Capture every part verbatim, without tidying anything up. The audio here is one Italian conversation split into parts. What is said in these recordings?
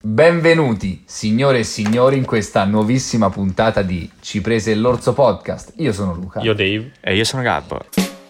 Benvenuti, signore e signori, in questa nuovissima puntata di Ci prese l'orso podcast. Io sono Luca. Io Dave. E io sono Gabbo.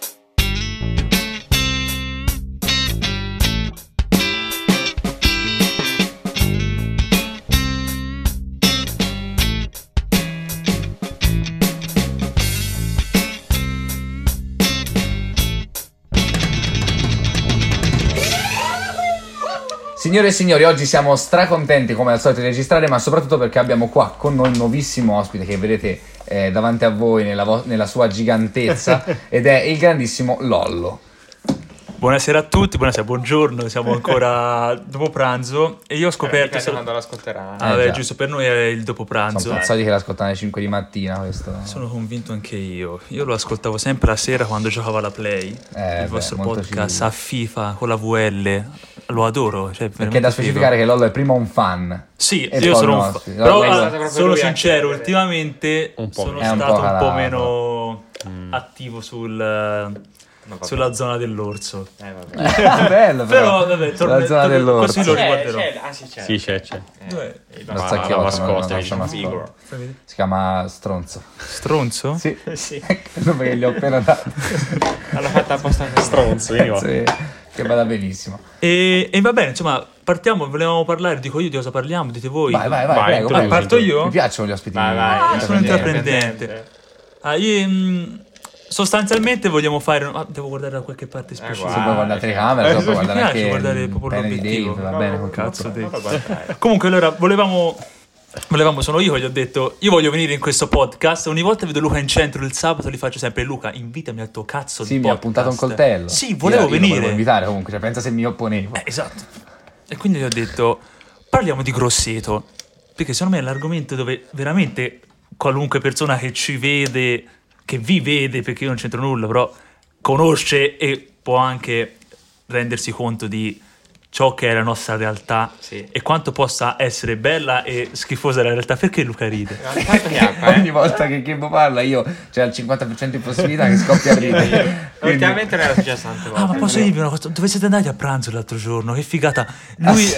Signore e signori, oggi siamo stracontenti come al solito di registrare, ma soprattutto perché abbiamo qua con noi un nuovissimo ospite che vedete eh, davanti a voi nella, vo- nella sua gigantezza ed è il grandissimo Lollo. Buonasera a tutti, buonasera, buongiorno, siamo ancora dopo pranzo e io ho scoperto... Eh, se... quando l'ascolterà. Ah, Eh, beh, già. giusto, per noi è il dopo pranzo. Sono passati che l'ascoltano alle cinque di mattina questo. Sono convinto anche io. Io lo ascoltavo sempre la sera quando giocavo alla Play. Eh, il vostro beh, molto podcast civile. a FIFA con la V L. Lo adoro. Cioè, Perché è da specificare che Lollo è prima un fan. Sì, E io poi sono il un nostro. fa- Lollo Però è ah, stato proprio sono lui a sincero, chiedere. ultimamente Un po' sono È un stato po' un po' calato. meno Mm. attivo sul, sulla zona dell'orso. Eh, vabbè. Ah, bello Però vabbè, torna- la zona torna- dell'orso. così lo C'è, riguarderò. c'è, ah sì c'è. Sì, c'è, c'è. Eh, Dov'è? il Lo ma- zacchiotto, la no, mascotte, no, diciamo, no, Igor. Si chiama Stronzo. Stronzo? Sì, Sì. quello perché gli ho appena dato. L'hanno fatta apposta per Stronzo, vieni qua. Sì, che vada benissimo. E, e va bene, insomma, partiamo, volevamo parlare, dico io di cosa parliamo, dite voi. Vai, vai, vai, Vai, prego, tu- prego. Parto io? Mi piacciono gli ospiti. Vai, vai. Ah, sono intraprendenti. intraprendente. Ah, io, mh, sostanzialmente vogliamo fare... Ah, devo guardare da qualche parte specifica. Se guarda. puoi guardare la telecamera, se puoi Mi guardare piace anche guardare il proprio pene di l'obiettivo. Dave, va No, bene. no, con cazzo, tutto. Dave. Non lo guardare. Comunque, allora, volevamo... Volevamo, sono io che gli ho detto, io voglio venire in questo podcast, ogni volta vedo Luca in centro il sabato, gli faccio sempre, Luca, invitami al tuo cazzo Sì, di mi ha podcast. puntato un coltello. Sì, volevo Io- io lo venire. volevo invitare comunque, cioè pensa se mi opponevo. Eh, esatto. E quindi gli ho detto, parliamo di Grosseto, perché secondo me è l'argomento dove veramente qualunque persona che ci vede, che vi vede, perché io non c'entro nulla, però conosce e può anche rendersi conto di ciò che è la nostra realtà Sì. e quanto possa essere bella e schifosa la realtà. Perché Luca ride? Tanto che acqua, Ogni eh. volta che Gabbo parla io c'è il cinquanta per cento di possibilità che scoppia a ridere. Quindi- Ultimamente non era successo tante volte. Ah, ma posso dirvi una cosa? Dove siete andati a pranzo l'altro giorno? Che figata! Lui...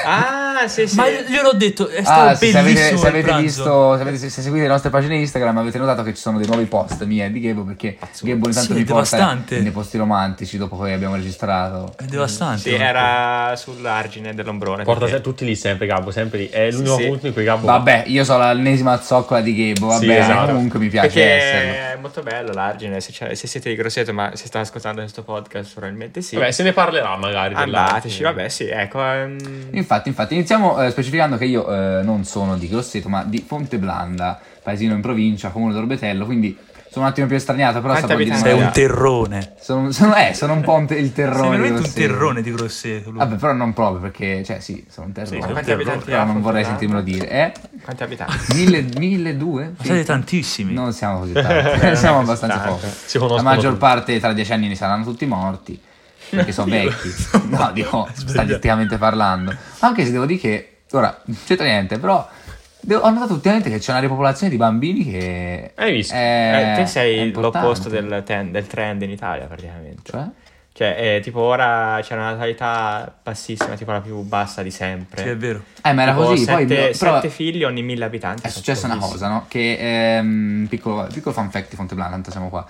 Ah, sì, sì. Ma glielo ho detto, è stato Ah, sì, se bellissimo avete, se il avete pranzo. visto, se, avete, se seguite le nostre pagine Instagram avete notato che ci sono dei nuovi post miei di Gabbo perché Gabbo ogni tanto Sì, mi porta devastante. nei posti romantici dopo che abbiamo registrato. È devastante. Sì, era sull'argine dell'ombrone. Porta perché- se- tutti lì sempre Gabbo, sempre lì. È l'unico Sì, sì. punto in cui Gabbo Vabbè, io sono l'ennesima zoccola di Gabbo, vabbè, Sì, esatto. comunque mi piace Perché esserlo. è molto bello l'argine. Se, c'è- se siete di Grosseto, ma se state ascoltando questo podcast, probabilmente sì. Vabbè, se ne parlerà magari. Andateci, dell'arte. vabbè, sì, ecco. ehm, Infatti, infatti, iniziamo eh, specificando che io eh, non sono di Grosseto, ma di Fonteblanda, paesino in provincia, comune d'Orbetello, quindi sono un attimo più estraniato, però Quanti sta vuol dire Sei abitanti un ha? terrone. sono, sono, eh, sono un po' un te- il terrone Sei di veramente un Grosseto. terrone di Grosseto. Luca. Vabbè, però non proprio perché, cioè sì, sono un terrone. Sì, Ma sei un quanti terrone. abitanti Però ha non vorrei Fonteblanda? sentirmelo dire. Eh? Quanti abitanti? Mille, mille due? Ma siete tantissimi. Non siamo così tanti, siamo abbastanza tanto. pochi. Si La conoscono maggior tutti. parte tra dieci anni ne saranno tutti morti, perché sono vecchi. No, dico, statisticamente parlando. Anche se devo dire che, ora, non c'entra niente, però devo- ho notato ultimamente che c'è una ripopolazione di bambini che... Hai visto? è- Eh, te è sei importante. l'opposto del, ten- del trend in Italia, praticamente. Cioè? Cioè, eh, tipo ora c'è una natalità bassissima, tipo la più bassa di sempre. Sì, è vero. Eh, ma era Tipo così, poi... sette, però- sette figli ogni mille abitanti. È sono successa una pochissimi. cosa, no? Che ehm, piccolo, piccolo fun fact di Fonteblanda, tanto siamo qua.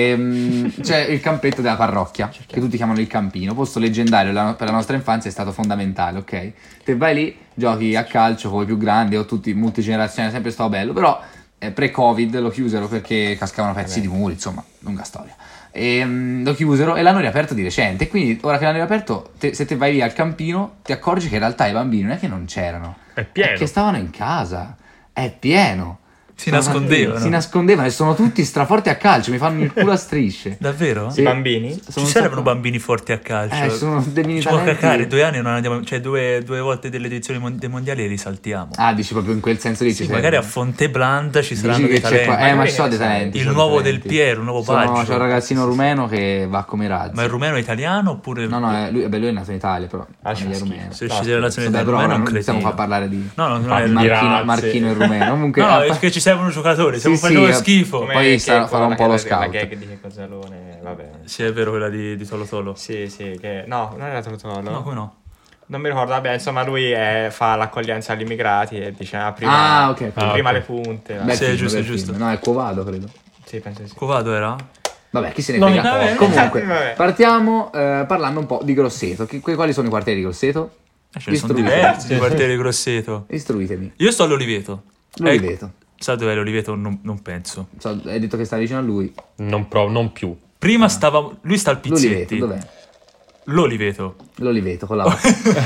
Ehm, c'è il campetto della parrocchia, che tutti chiamano il campino, posto leggendario la- per la nostra infanzia, è stato fondamentale, ok? Te vai lì, giochi a calcio con i più grandi o tutti multigenerazionali, è sempre stato bello, però eh, pre-Covid lo chiusero perché cascavano pezzi di muri, insomma, lunga storia. E, mm, lo chiusero e l'hanno riaperto di recente, quindi ora che l'hanno riaperto, te- se te vai lì al campino ti accorgi che in realtà i bambini non è che non c'erano, È pieno. è che stavano in casa, è pieno. Si nascondevano. Si nascondevano e sono tutti straforti a calcio, mi fanno il culo a strisce. Davvero? Sì. I bambini? Ci Sono servono stato- bambini forti a calcio. Eh, sono dei mini Ci può talenti. cacare, due anni non andiamo, cioè due, due volte delle edizioni mon- dei mondiali li saltiamo. Ah, dici proprio in quel senso lì sì, ci magari a serve. Fonteblanda ci Dici saranno che dei c'è qua- talenti. Eh, ma Magari ci sono dei ne sai. talenti. Il sono nuovo talenti. Del Piero, il nuovo Sono- Baggio. C'è un ragazzino rumeno che va come razzi. Ma il rumeno è italiano oppure... No, no, è- lui, beh, lui è nato in Italia, però Ah, famiglia c'è rumena. Se No, uscite dalla Vabbè, nazionalità però rumena è un non stiamo cretino. qua a parlare di No, no, non Ah, è... di No, Marchino, razze. Marchino e rumeno. Comunque, no, a- è che ci servono giocatori, stiamo Sì, facendo sì, schifo. Come Poi che sarà- farà un quella po' lo che- scout. La gag di che Cozzalone, vabbè. Sì, è vero, quella di, di Tolo Tolo. Sì, sì, che... No, non era Totolo. No, come no? Non mi ricordo, vabbè, insomma lui è, fa l'accoglienza agli immigrati e dice ah, prima, Ah, ok. prima Ah, le ok. punte. Bel Sì, film, giusto, bel giusto. film. No, è Covado, credo. Sì, penso di sì. Covado era? Vabbè, chi se ne Non frega. vabbè, Comunque, vabbè. partiamo eh, parlando un po' di Grosseto. Che- que- quali sono i quartieri di Grosseto? Eh, ce ne sono Istruitemi. diversi di quartieri di Grosseto. Istruitemi. Io sto all'Oliveto. L'Oliveto. Eh, sa dov'è l'Oliveto? Non, non penso. So, hai detto che sta vicino a lui. Non, pro- non più. Prima stava... Lui sta al L'Oliveto, Pizzetti. dov'è? L'Oliveto. L'Oliveto, con la O.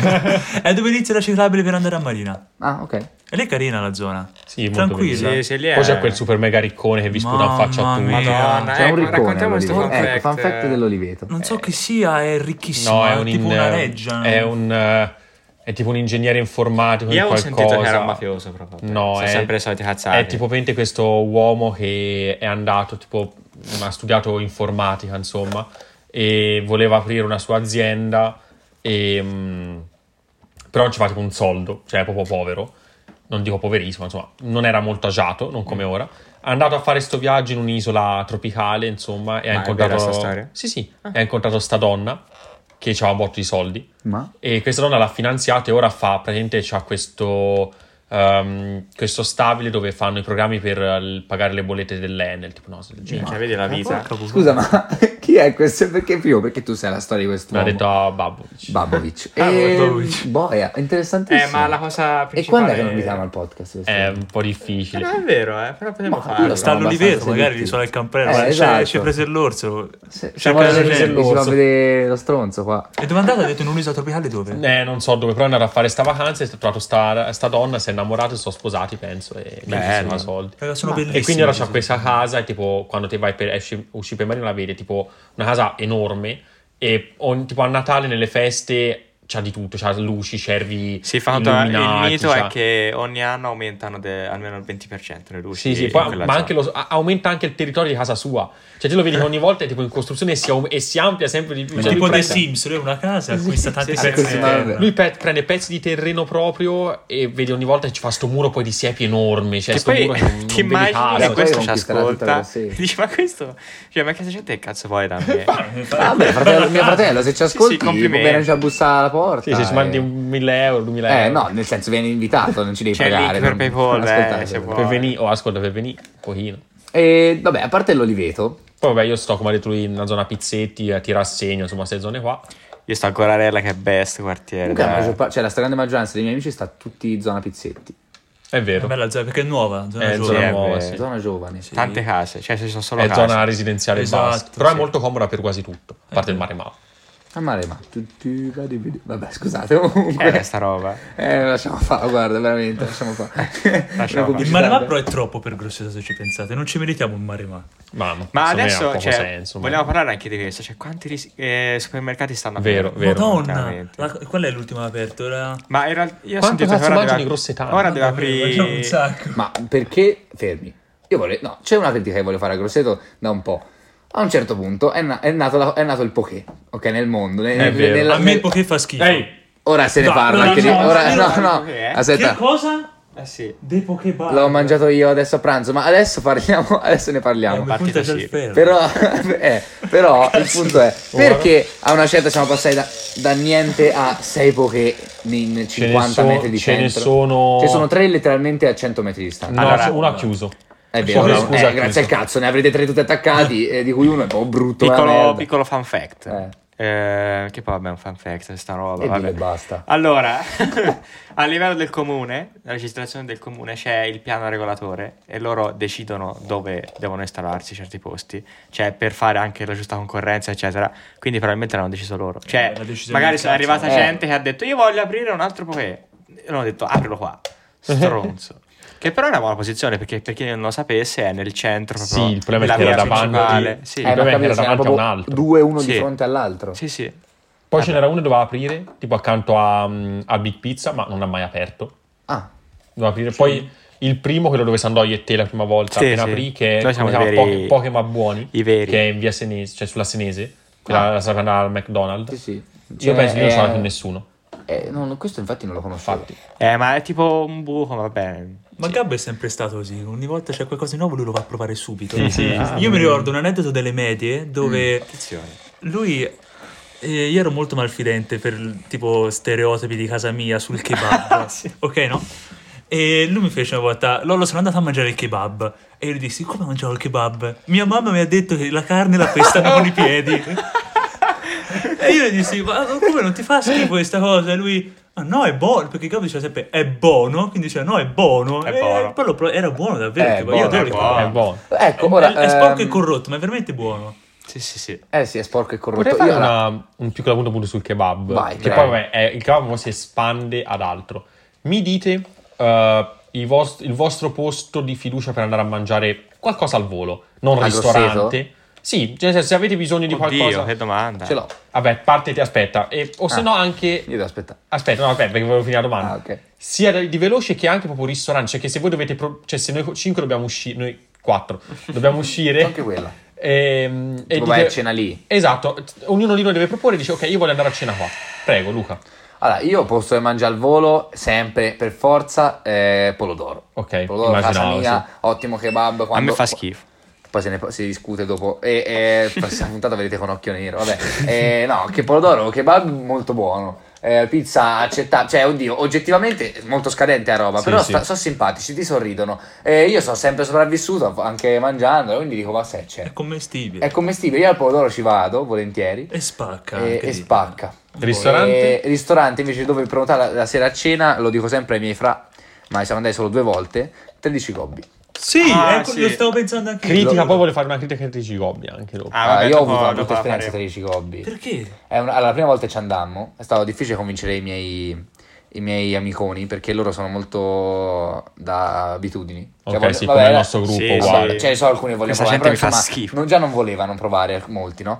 È dove inizia la ciclabile per andare a Marina. Ah, ok. E lì è carina la zona. Sì, molto Tranquilla. bellissimo. Sì, sì, lì è... Poi c'è quel super mega riccone che vi sputa in faccia a Mamma tutti. mia. Madonna, C'è un ecco, riccone raccontiamo questo all'Oliveto. fun Ecco, fact. fun fact dell'Oliveto. Non so che sia, è ricchissimo. No, è è un, tipo in- una reggia. è un eh, è tipo un ingegnere informatico. Io in avevo qualcosa. sentito che era un mafioso proprio. No, sono è, sempre le solite cazzate. è tipo praticamente questo uomo che è andato, tipo, ha studiato informatica, insomma, e voleva aprire una sua azienda, e, mh, però non ci fa tipo un soldo, cioè è proprio povero. Non dico poverissimo, insomma, non era molto agiato, non come ora. È andato a fare sto viaggio in un'isola tropicale, insomma, e ha Ma è incontrato... vera sta storia? Sì, sì, ha incontrato sta donna che aveva un botto di soldi. Ma? E questa donna l'ha finanziato e ora fa, praticamente c'ha questo, um, questo stabile dove fanno i programmi per uh, pagare le bollette dell'Enel, tipo no, del genere. Cioè, vedi la vita. Scusa, ma chi è questo? Perché più? Perché tu sai la storia di questo Me l'ha uomo. detto a Babovic. Babovic. Ah, E... Babovic. Boia, interessantissimo. Eh, ma la cosa E principale... quando è che non invitiamo al podcast? questo? È un po' Eh, difficile. non è vero, eh, però potremmo Ma farlo. io Sta sono all'Oliveto, abbastanza magari selettivo. suona il camprello. Eh, c'è, esatto. c'è preso l'orso. Se- C'è siamo casa alla gente. gente, si fa vedere lo stronzo qua. E dove è andata? Ha detto in un'isola tropicale dove? Eh, non so dove, però è andato a fare sta vacanza, è trovato sta, sta donna, si è innamorato e sono sposati, penso, e Bello. non soldi. Raga, sono Ma- bellissimi. E quindi ora c'ha questa casa e tipo quando te vai per esci, usci per Marina la vedi, tipo una casa enorme e ogni- tipo a Natale nelle feste c'ha di tutto, c'ha luci, cervi Si fa notare- il illuminati, mito c'ha- è che ogni anno aumentano de- almeno il venti per cento le luci. Sì, sì, in poi- quella ma zona. anche lo, a- aumenta anche il territorio di casa sua. Cioè te lo vedi che ogni volta è tipo in costruzione e si, aum- e si amplia sempre di più. È Cioè, tipo lui The prende- Sims, lui ha una casa, acquista tanti sì, pezzi sì, di ma terra. vabbè. Lui pe- prende pezzi di terreno proprio e vedi ogni volta che ci fa sto muro poi di siepi enorme. Cioè Che sto poi muro che non- non ti vedi immagini casa. che Beh, questo poi ci conquisterà tutta ascolta Grosseto. e dici ma questo cioè ma che gente che cazzo vuoi da me? Vabbè, fratello, mio fratello, se ci ascolti, può complimenti. bene già bussare alla porta. Sì, se ci e- mandi un mille euro, duemila Eh, euro. no, nel senso vieni invitato, non ci devi C'è il pagare. link per non- PayPal, non eh, ascoltate. se vuoi. Per venire, oh, ascolta, per venire un pochino. E vabbè, a parte l'Oliveto, Poi vabbè, io sto, come ha detto lui, in una zona pizzetti, a Tirassegno, insomma, queste zone qua. Io sto ancora a Rella che è best quartiere. comunque la dai. maggior pa- cioè la stragrande maggioranza dei miei amici sta tutti zona pizzetti. È È vero. bella zona perché è nuova, zona È giovane. zona Sì, nuova, è sì. vero. Zona giovane. Tante case, cioè ci sono solo È case. zona residenziale e Esatto, basta. Però sì. è molto comoda per quasi tutto. A parte il mare ma. A mare, ma tutti vadi, vedi. Vabbè, scusate, comunque. Eh, sta roba. Eh, lasciamo fare, guarda, veramente, lasciamo fare. Lasciamo Una fare. Il mare ma pubblicità. però è troppo per Grosseto se ci pensate, non ci meritiamo un mare ma. Ma, Ma secondo me ha adesso poco cioè, senso. ma- vogliamo parlare anche di questo, cioè quanti ris- eh, supermercati stanno Vero, aprendo? vero. Madonna, veramente. la- qual è l'ultimo aperto? Era... Ma in realtà io ho Quanto sentito che cazzo ora mangiano deve, i grossetani? ora deve Mangiamo un aprire sacco. Ma perché, fermi, io volevo, no, c'è una critica che voglio fare a Grosseto da un po'. A un certo punto è, na- è nato, la- è nato il poké, ok, nel mondo. nel- È vero. nella- A me nel- il poké fa schifo. Ehi, ora se ne No, parla no, anche no, di... no, Ora, no, no, no, no, poké, eh? aspetta. Che cosa? Eh sì. Dei poké L'ho mangiato io adesso a pranzo, ma adesso parliamo, adesso ne Eh, parliamo. mi partita punta già il sì. ferro. Però, eh, però il punto è perché a una certa siamo passati da, da niente a sei poké in ce ne, cinquanta so- metri di ce ne centro. sono. Ci sono tre letteralmente a cento metri di distanza. No, Allora- c'è- uno ha chiuso. È vero, Scusa, no? scusa, Eh, grazie al chiuso. cazzo, ne avrete tre tutti attaccati, eh, di cui uno è un po' brutto. una Piccolo, merda. piccolo fun fact. Eh. Eh, che poi vabbè è un fun fact, sta roba. E vabbè. dillo e basta. Allora, a livello del comune, la legislazione del comune c'è il piano regolatore e loro decidono dove devono installarsi certi posti, cioè per fare anche la giusta concorrenza, eccetera. Quindi probabilmente l'hanno deciso loro. Cioè, Eh, la decisione magari del è arrivata cazzo. Eh. gente che ha detto io voglio aprire un altro poké. E loro hanno detto aprilo qua. Stronzo. Che però è una buona posizione perché per chi non lo sapesse è nel centro proprio. Sì, il problema è la che era via davanti- principale. Sì. Eh, il problema ma è che capito, era ce n'erano davanti a un proprio altro. due uno di Sì. fronte all'altro. Sì, sì. Poi ce n'era uno che doveva aprire, tipo accanto a, a Big Pizza, ma non ha mai aperto. Ah, Doveva aprire. Poi il primo, quello dove si andò io e te la prima volta, Sì, appena sì. aprì, che Noi è siamo come si i chiama? veri- Poche, Poche ma buoni, i veri. che è in via Senese, cioè sulla Senese, quella Ah. la sa andare al McDonald's. sì, sì. Io penso che non eh, ce l'ha più nessuno. eh, no, no, questo infatti non lo conoscevo. Infatti. Eh, ma è tipo un buco, va bene. Ma Gabbo è sempre stato così, ogni volta c'è qualcosa di nuovo lui lo va a provare subito. Sì, sì. Io mi ricordo un aneddoto delle medie dove Attenzione. lui E io ero molto malfidente per tipo stereotipi di casa mia sul kebab, ok, no? E lui mi fece una volta, Lollo, sono andato a mangiare il kebab. E io gli dissi, come mangiavo il kebab? Mia mamma mi ha detto che la carne la pestano con i piedi. E io gli dissi, ma come non ti fa schifo questa cosa? E lui, ah no, è buono, perché il kebab diceva sempre, è buono, quindi diceva, no, è buono. È e buono. poi lo pro- era buono davvero, È tipo, buono, io adoro è il buono. kebab. È buono. Ecco, È- ora... è, è sporco e ehm, corrotto, ma è veramente buono. Sì, sì, sì. Eh sì, è sporco e corrotto. Potrei fare Io ora- una- un piccolo appunto appunto sul kebab. Vai, che vai. poi vabbè, è- il kebab poi si espande ad altro. Mi dite eh, i vost- il vostro posto di fiducia per andare a mangiare qualcosa al volo, non A ristorante. Grosseto? Sì, cioè, se se avete bisogno di Oddio, qualcosa. che domanda. Ce l'ho. Vabbè, parte, aspetta. E, o se Ah. no anche. Io devo aspettare. Aspetta, no, aspetta, perché volevo finire la domanda. Ah, ok. Sia di di veloce che anche proprio ristorante. Cioè, che se voi dovete. pro- cioè, se noi cinque dobbiamo uscire. Noi quattro dobbiamo uscire. Anche quella. ehm, e Tipo dite- vai a cena lì. Esatto, ognuno di noi deve proporre e dice: ok, io voglio andare a cena qua. Prego, Luca. Allora, io posto di mangiare al volo, sempre, per forza, eh, Polodoro. Ok, Polodoro, casa immaginavo, mia, ottimo kebab. A Quando... me fa schifo. Poi se ne si discute dopo. E, e la prossima puntata vedete con occhio nero. Vabbè. E, no, che Polodoro, kebab molto buono. Eh, pizza accettabile. Cioè, oddio, oggettivamente molto scadente a roba. Sì, però sì. sta- sono simpatici, ti sorridono. E io sono sempre sopravvissuto anche mangiando. Quindi dico, ma se c'è. È commestibile. È commestibile. Io al Polodoro ci vado volentieri. E spacca. E, anche e lì. spacca. Ristorante? E, ristorante invece dove prenotare la, la sera a cena, lo dico sempre ai miei fra, ma siamo andati solo due volte. tredici Gobbi. Sì, Ah, ecco, sì. lo stavo pensando anche io. Critica, Lo- poi vuole fare una critica a tredici Gobbi anche dopo. Ah, Ah, vabbè, io ho dopo- avuto una dopo brutta la esperienza a faremo. tredici Gobbi. Perché? È una- allora, la prima volta ci andammo, è stato difficile convincere i miei, i miei amiconi perché loro sono molto da abitudini. Ok, voglio- sì, vabbè, come il eh, nostro gruppo, sì, uguale. sì. ce ne sono alcuni che vogliono Questa provare, gente però mi fa insomma, schifo. non- già non volevano provare molti, no?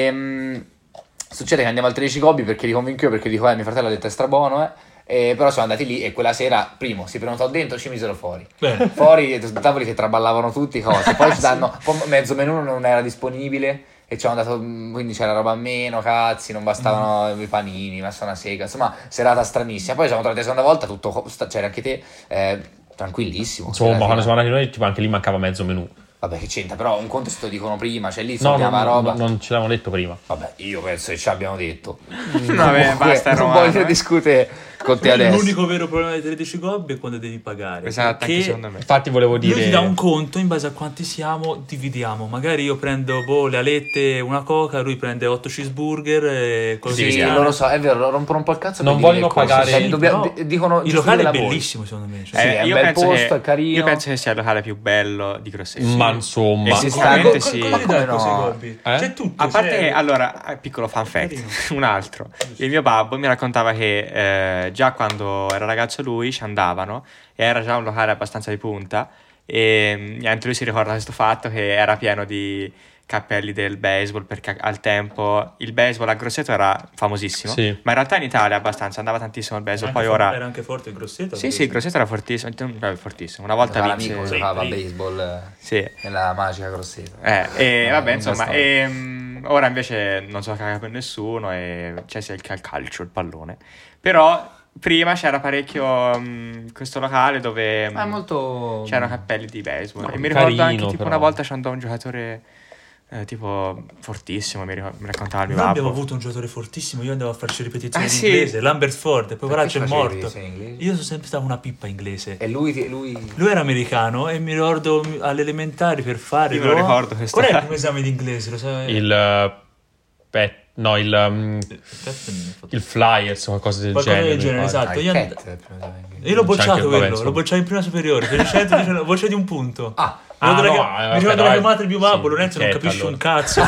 E, succede che andiamo al tredici Gobbi perché li convinco io, perché dico, eh, mio fratello ha detto è strabuono, eh. E però siamo andati lì e quella sera, primo, si prenotò dentro, ci misero fuori. Bene. Fuori, tavoli che traballavano tutti, cose. Poi ci danno, poi mezzo menù non era disponibile e ci hanno dato, quindi c'era roba a meno, cazzi, non bastavano i panini, basta una sega. Insomma, serata stranissima. Poi siamo tornati la seconda volta, tutto, co- sta- c'era anche te, eh, tranquillissimo. Insomma, Alla quando fine. siamo andati noi, tipo, anche lì mancava mezzo menù. Vabbè, che c'entra, però un conto se te lo dicono prima, cioè lì si No, no, ordinava no, roba. no, non ce l'avevano detto prima. Vabbè, io penso che ci abbiamo detto. Vabbè, Comunque, basta, non Romano, voglio eh. discutere con te adesso. L'unico vero problema dei tredici Gobbi è quando devi pagare. Esatto, anche Perché secondo me. Infatti volevo dire... lui ti dà un conto, in base a quanti siamo dividiamo. Magari io prendo boh, le alette, una coca, lui prende otto cheeseburger e così. Sì, via. non lo so, è vero, rompono un po' il cazzo. Non per vogliono dire le cose. pagare- Cioè, Sì, dobbiamo- però di- dicono il giusto locale è dei lavori. bellissimo secondo me. Sì, Cioè, è un io bel penso posto, che, è carino. Io penso che sia il locale più bello di Grosseto. Ma insomma... E si sicuramente sta- sì. ma come no? Così, Gobbi. Eh? C'è tutto. A parte c'è- che, allora, eh, piccolo fun fact, Carino. un altro. Il mio babbo mi raccontava che eh, già quando era ragazzo lui ci andavano e era già un locale abbastanza di punta e mm, niente, lui si ricorda questo fatto che era pieno di cappelli del baseball perché al tempo il baseball a Grosseto era famosissimo, Sì. ma in realtà in Italia abbastanza andava tantissimo il baseball, Anche poi for- ora... era anche forte il Grosseto. Sì, sì, il Grosseto era fortissimo, eh, fortissimo. Una volta Giocava vinse... l'amico, Sì, giocava a sì. baseball eh, Sì. nella magica Grosseto. Eh, e Eh, vabbè, un insomma, bastone. ehm, ora invece non so caga per nessuno e c'è sia il cal- calcio, il pallone. Però prima c'era parecchio mh, questo locale dove Ma è mh, molto... c'erano cappelli di baseball. No, e mi ricordo carino, anche tipo però. una volta ci andò un giocatore eh, tipo fortissimo, mi, ricordo, mi raccontava il mio Noi babbo. abbiamo avuto un giocatore fortissimo, io andavo a farci ripetizioni Ah, in sì? inglese, Lambert Ford, e poi Perché Varaccio è facevi morto. ripetizioni in inglese? Io sono sempre stato una pippa inglese. E lui... ti- lui... Lui era americano e mi ricordo alle elementari per fare... Io me lo ricordo questo. Qual è il primo esame di inglese? Lo sai? Il... eh, pet... No, il... um, Captain- il Flyers o qualcosa del Qualcosa genere. del genere, mi pare. esatto. Ah, io il and- cat, il primo esame in inglese. Io l'ho C'è bocciato anche- vabbè, quello, insomma. l'ho bocciato in prima superiore, per cento dicendo voce di un punto. Ah, Mi ricordo Ah, la no, chi- eh, mi aspetta, ricordo la vai. chiamata di mio babbo, Sì, Lorenzo non cat, capisce allora. un cazzo.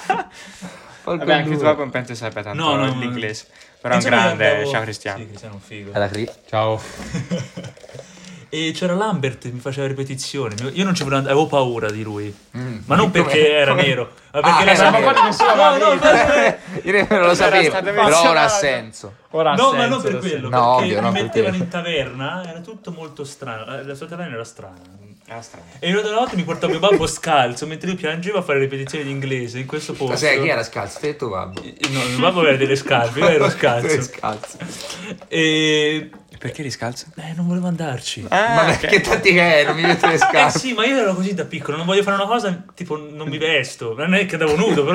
Vabbè, anche tu babbo non penso sappia tanto No, no, l'inglese. Però è un Insomma, grande, andavo- ciao Cristiano. Sì, Cristiano è un figo. È la cri- Ciao. E c'era Lambert che mi faceva ripetizioni. Io non ci volevo andare, avevo paura di lui. Mm. Ma non perché Come- era come- nero, ma perché Ah, era era ma nero. guarda che sono- no, no, ma- Io nemmeno lo sapevo, stato però ora ha menzionato. senso. Ora ha No, ma senso, non per ora ha quello, senso. No, perché ovvio, mi no, per mettevano quello. in taverna, era tutto molto strano. La sua taverna era strana. Ah, strano. E una notte mi portava mio babbo scalzo mentre io piangevo a fare ripetizioni di inglese in questo posto. Ma sai chi era scalzo? Te e tuo babbo? No, mio babbo aveva delle scarpe, io ero scalzo. Scalzo. E Perché eri scalzo? eh, non volevo andarci. Ah, Ma ok. che tattica è? Non mi metto le Eh scarpe. sì, ma io ero così da piccolo, non voglio fare una cosa, tipo non mi vesto, non è che andavo nudo, però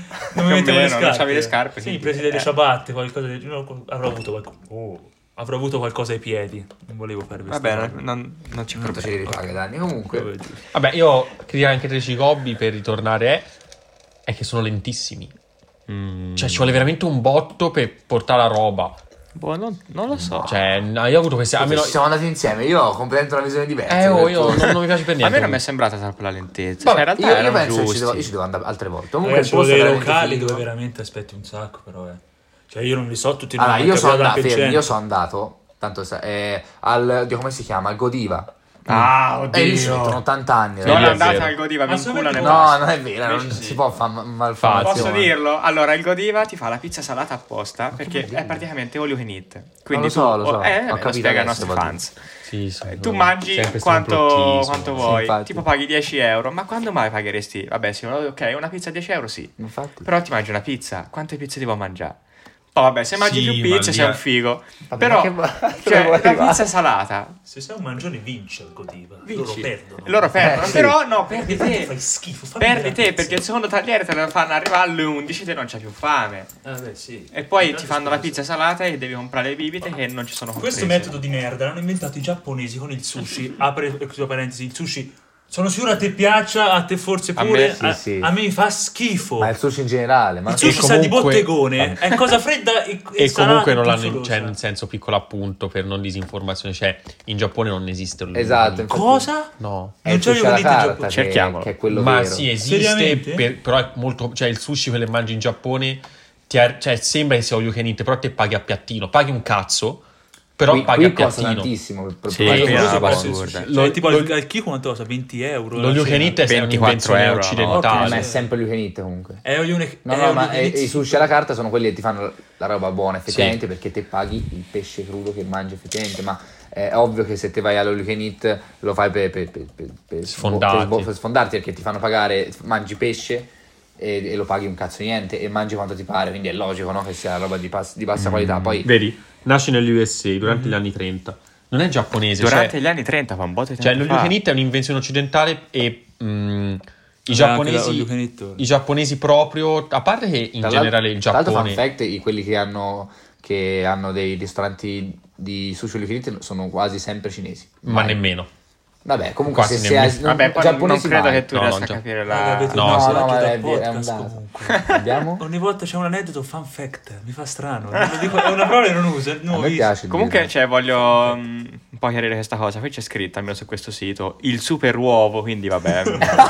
Non mi mettevo le meno, scarpe. non c'avevi le scarpe, Sì, quindi- presi delle eh. ciabatte, qualcosa del no, avrò avuto qualcosa. Oh, avrò avuto qualcosa ai piedi. Non volevo fare questo. Vabbè, non, non, non c'è Non ci problema. devi fare danni. Comunque, Vabbè, io critico anche Treci Gobbi per ritornare è, è che sono lentissimi. Mm. Cioè, ci vuole veramente un botto per portare la roba. Boh, non, non lo so. Cioè, no, io ho avuto queste. Almeno, ci siamo andati insieme. Io ho completamente una visione diversa. eh, oh, del io tuo- non, non mi piace per A niente. me non mi è sembrata troppo la lentezza. Vabbè, Cioè, in realtà Io, io erano penso che ci giusti. devo, io ci devo andare altre volte. Comunque Ragazzi, il posto dei è veramente locali figo. dove veramente aspetti un sacco, però, eh. Cioè, io non li so tutti. Allora, non io è sono capitato andato, anche il fermi, io centro. sono andato, tanto sa- eh, al, oddio, come si chiama? Al Godiva. Ah, E lì ci mettono ottanta anni. Non lì è andate vero. al Godiva, vi Assolutamente inculano e No, basta. non è vero, non Invece si sì. può fare malformazione. Posso dirlo? Allora, il Godiva ti fa la pizza salata apposta perché è praticamente all you can eat. Quindi lo so, tu, lo so. Eh, Ho vabbè, lo capito spiega ai adesso, nostri va fans. Sì, sì, Eh, tu no, mangi sempre sto quanto, complottismo. quanto Sì, vuoi, infatti. tipo paghi dieci euro, ma quando mai pagheresti? Vabbè, sì, ok, una pizza a dieci euro sì, Infatti. però ti mangi una pizza, quante pizze ti vuoi mangiare? Poi vabbè, se mangi Sì, più ma pizze lì sei è- un figo, Vabbè, però che va- dove cioè, vuoi la arrivare? pizza salata, Se sei un mangione vince il Godiva. Loro vinci. perdono. Loro perdono, Eh, sì. però no, perdi Perdi te. fai schifo. fammi Perdi la te pizza. perché il secondo tagliere te lo fanno arrivare alle undici, te non c'hai più fame. Ah, beh, sì. E poi Intanto ti fanno la scusa. pizza salata e devi comprare le bibite che non ci sono comprese. Questo metodo di merda l'hanno inventato i giapponesi con il sushi. Apre e chiudo parentesi, il sushi. Sono sicuro a te piaccia, a te forse A me pure. sì, a, sì. a me mi fa schifo. Ma il sushi in generale. Ma il sushi sa di comunque- bottegone, è cosa fredda e, e, E comunque non salata, l'hanno, puzzolosa. cioè, nel senso, piccolo appunto per non disinformazione, cioè, in Giappone non esiste un Esatto, infatti. Cosa? No. È Non il c'è sushi alla in carta Giappone. che, Cerchiamolo. che è quello Ma vero. sì, esiste, Seriamente? per- però è molto, cioè il sushi che le mangi in Giappone, ti ar- cioè, sembra che sia all you can eat, però te paghi a piattino, paghi un cazzo, però qui, paghi qui a costa piattino. tantissimo per per Sì, provare qui il è sushi una buono. roba assurda. Cioè, Lo- tipo lo- il, il chicco quanto costa? venti euro. Lo you can eat è ventiquattro un'invenzione euro, no? occidentale. Eh, ma è sempre you can eat comunque. È un- No, è no, un- ma è- e- e i sushi alla carta sono quelli che ti fanno la roba buona effettivamente Sì. perché te paghi il pesce crudo che mangi effettivamente, ma è ovvio che se te vai allo you can eat lo fai per, per, per, per, per Sfondarti. per- per sfondarti perché ti fanno pagare, mangi pesce e, e lo paghi un cazzo di niente e mangi quanto ti pare, quindi è logico, no, che sia roba di, pas- di bassa qualità. Poi Vedi, nasce negli U S A durante gli anni trenta. Non è giapponese, Durante cioè, gli anni trenta, fa un botto di cioè tempo lo you fa. can eat è un'invenzione occidentale e mm, i anche giapponesi la all you can eat ora. i giapponesi proprio, a parte che in tra generale il l'altro- tra l'altro Giappone fun fact, i- quelli che hanno che hanno dei ristoranti di sushi all you can eat sono quasi sempre cinesi. ma Mai. nemmeno. Vabbè, comunque Quasi se, se nemmeno. hai Vabbè, poi non giapponesi credo mai. che tu No, riesca no, a già- capire Ma la... avete No, un no, personaggio no, ma da è- è un podcast dato. comunque. Abbiamo? Ogni volta c'è un aneddoto fun fact, mi fa strano. Non lo dico, è una parola che non uso, non A ho me visto. piace Comunque, dirlo. cioè, voglio mm, un po' chiarire questa cosa. Qui c'è scritto, almeno su questo sito, il super uovo, quindi vabbè.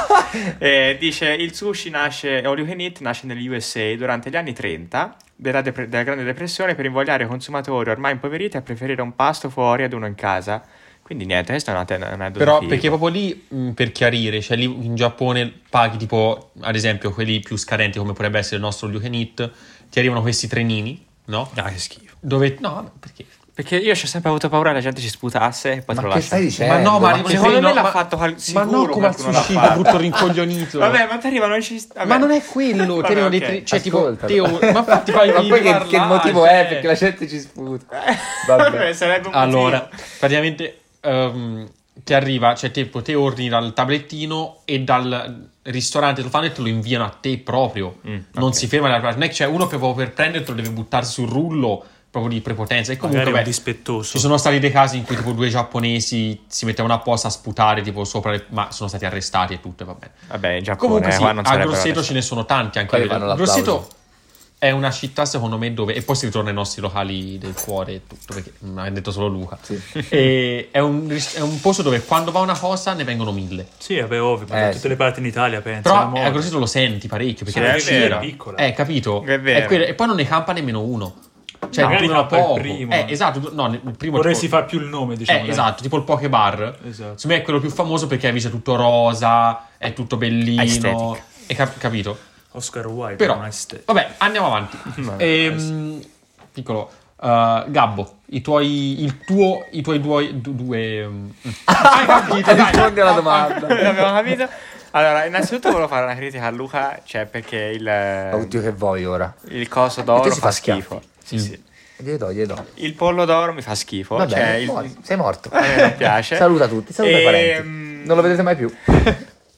Eh, dice, il sushi nasce, all you can eat nasce negli U S A durante gli anni trenta della, depre- della Grande Depressione per invogliare i consumatori ormai impoveriti a preferire un pasto fuori ad uno in casa. Quindi niente, questa è una, ten- una Però perché proprio lì, mh, per chiarire, cioè lì in Giappone paghi tipo, ad esempio, quelli più scadenti come potrebbe essere il nostro all you can eat, ti arrivano questi trenini, no? Ah, che schifo. Dove, no, vabbè, perché? Perché io ho sempre avuto paura che la gente ci sputasse e poi te Ma lo che lascia. stai dicendo? Ma no, ma che- secondo me no, l'ha ma- fatto qual- Ma sicuro no, come al qualcuno l'ha sushi, fatto. brutto rincoglionito. Vabbè, ma ti arrivano ci... Vabbè. Ma non è quello, Vabbè, ti arrivano dei ok. tre- cioè Ascoltalo. tipo, te, ma infatti fai Ma poi che, che parlare, motivo cioè. è? Perché la gente ci sputa. Vabbè, Vabbè. sarebbe un Allora, motivo. praticamente ehm, ti arriva, cioè tipo te ordini dal tablettino e dal ristorante te lo fanno e te lo inviano a te proprio. Mm, non ok. si ferma, non è che c'è uno che proprio per prendertelo deve buttarsi sul rullo proprio di prepotenza. E comunque Magari è un beh, dispettoso. ci sono stati dei casi in cui tipo due giapponesi si mettevano apposta a sputare tipo sopra le, ma sono stati arrestati e tutto, e vabbè. Vabbè, in Giappone Comunque sì, qua non a sarebbero Grosseto adesso. ce ne sono tanti anche Quelli a fanno vedere. l'applauso. Grosseto è una città secondo me dove, e poi si ritorna ai nostri locali del cuore e tutto, perché non ha detto solo Luca. Sì. E è, un, ris- è un posto dove quando va una cosa ne vengono mille. Sì, vabbè, ovvio, ma Eh, da tutte sì. le parti in Italia penso. Però la moda. a Grosseto lo senti parecchio perché Sì, non è c'era. vero. È piccola. Eh, capito? È vero. quello- e poi non ne campa nemmeno uno. Cioè, Magari durano campa il poco. primo. Eh, esatto, tu- no, il primo Vorresti tipo- far più il nome, diciamo. Eh, dai. esatto, tipo il Poké Bar. Esatto. Secondo me è quello più famoso perché invece è tutto rosa, è tutto bellino. Aesthetic. È cap- capito? Oscar Wilde, Però, non è ste- vabbè, andiamo avanti. Vabbè, Ehm, piccolo, uh, Gabbo, i tuoi, il tuo, i tuoi due, du- due um, hai capito? Dai. Rispondi alla domanda. Abbiamo capito? Allora, innanzitutto volevo fare una critica a Luca, cioè perché il, Oddio che vuoi ora. il coso E d'oro te si fa fa schiaffi. schifo. Sì, Mm. sì. Glielo do, glielo do. Il pollo d'oro mi fa schifo. Vabbè, cioè, il- muori, sei morto. a me non piace. Saluta tutti, saluta i Ehm, parenti. Non lo vedrete mai più.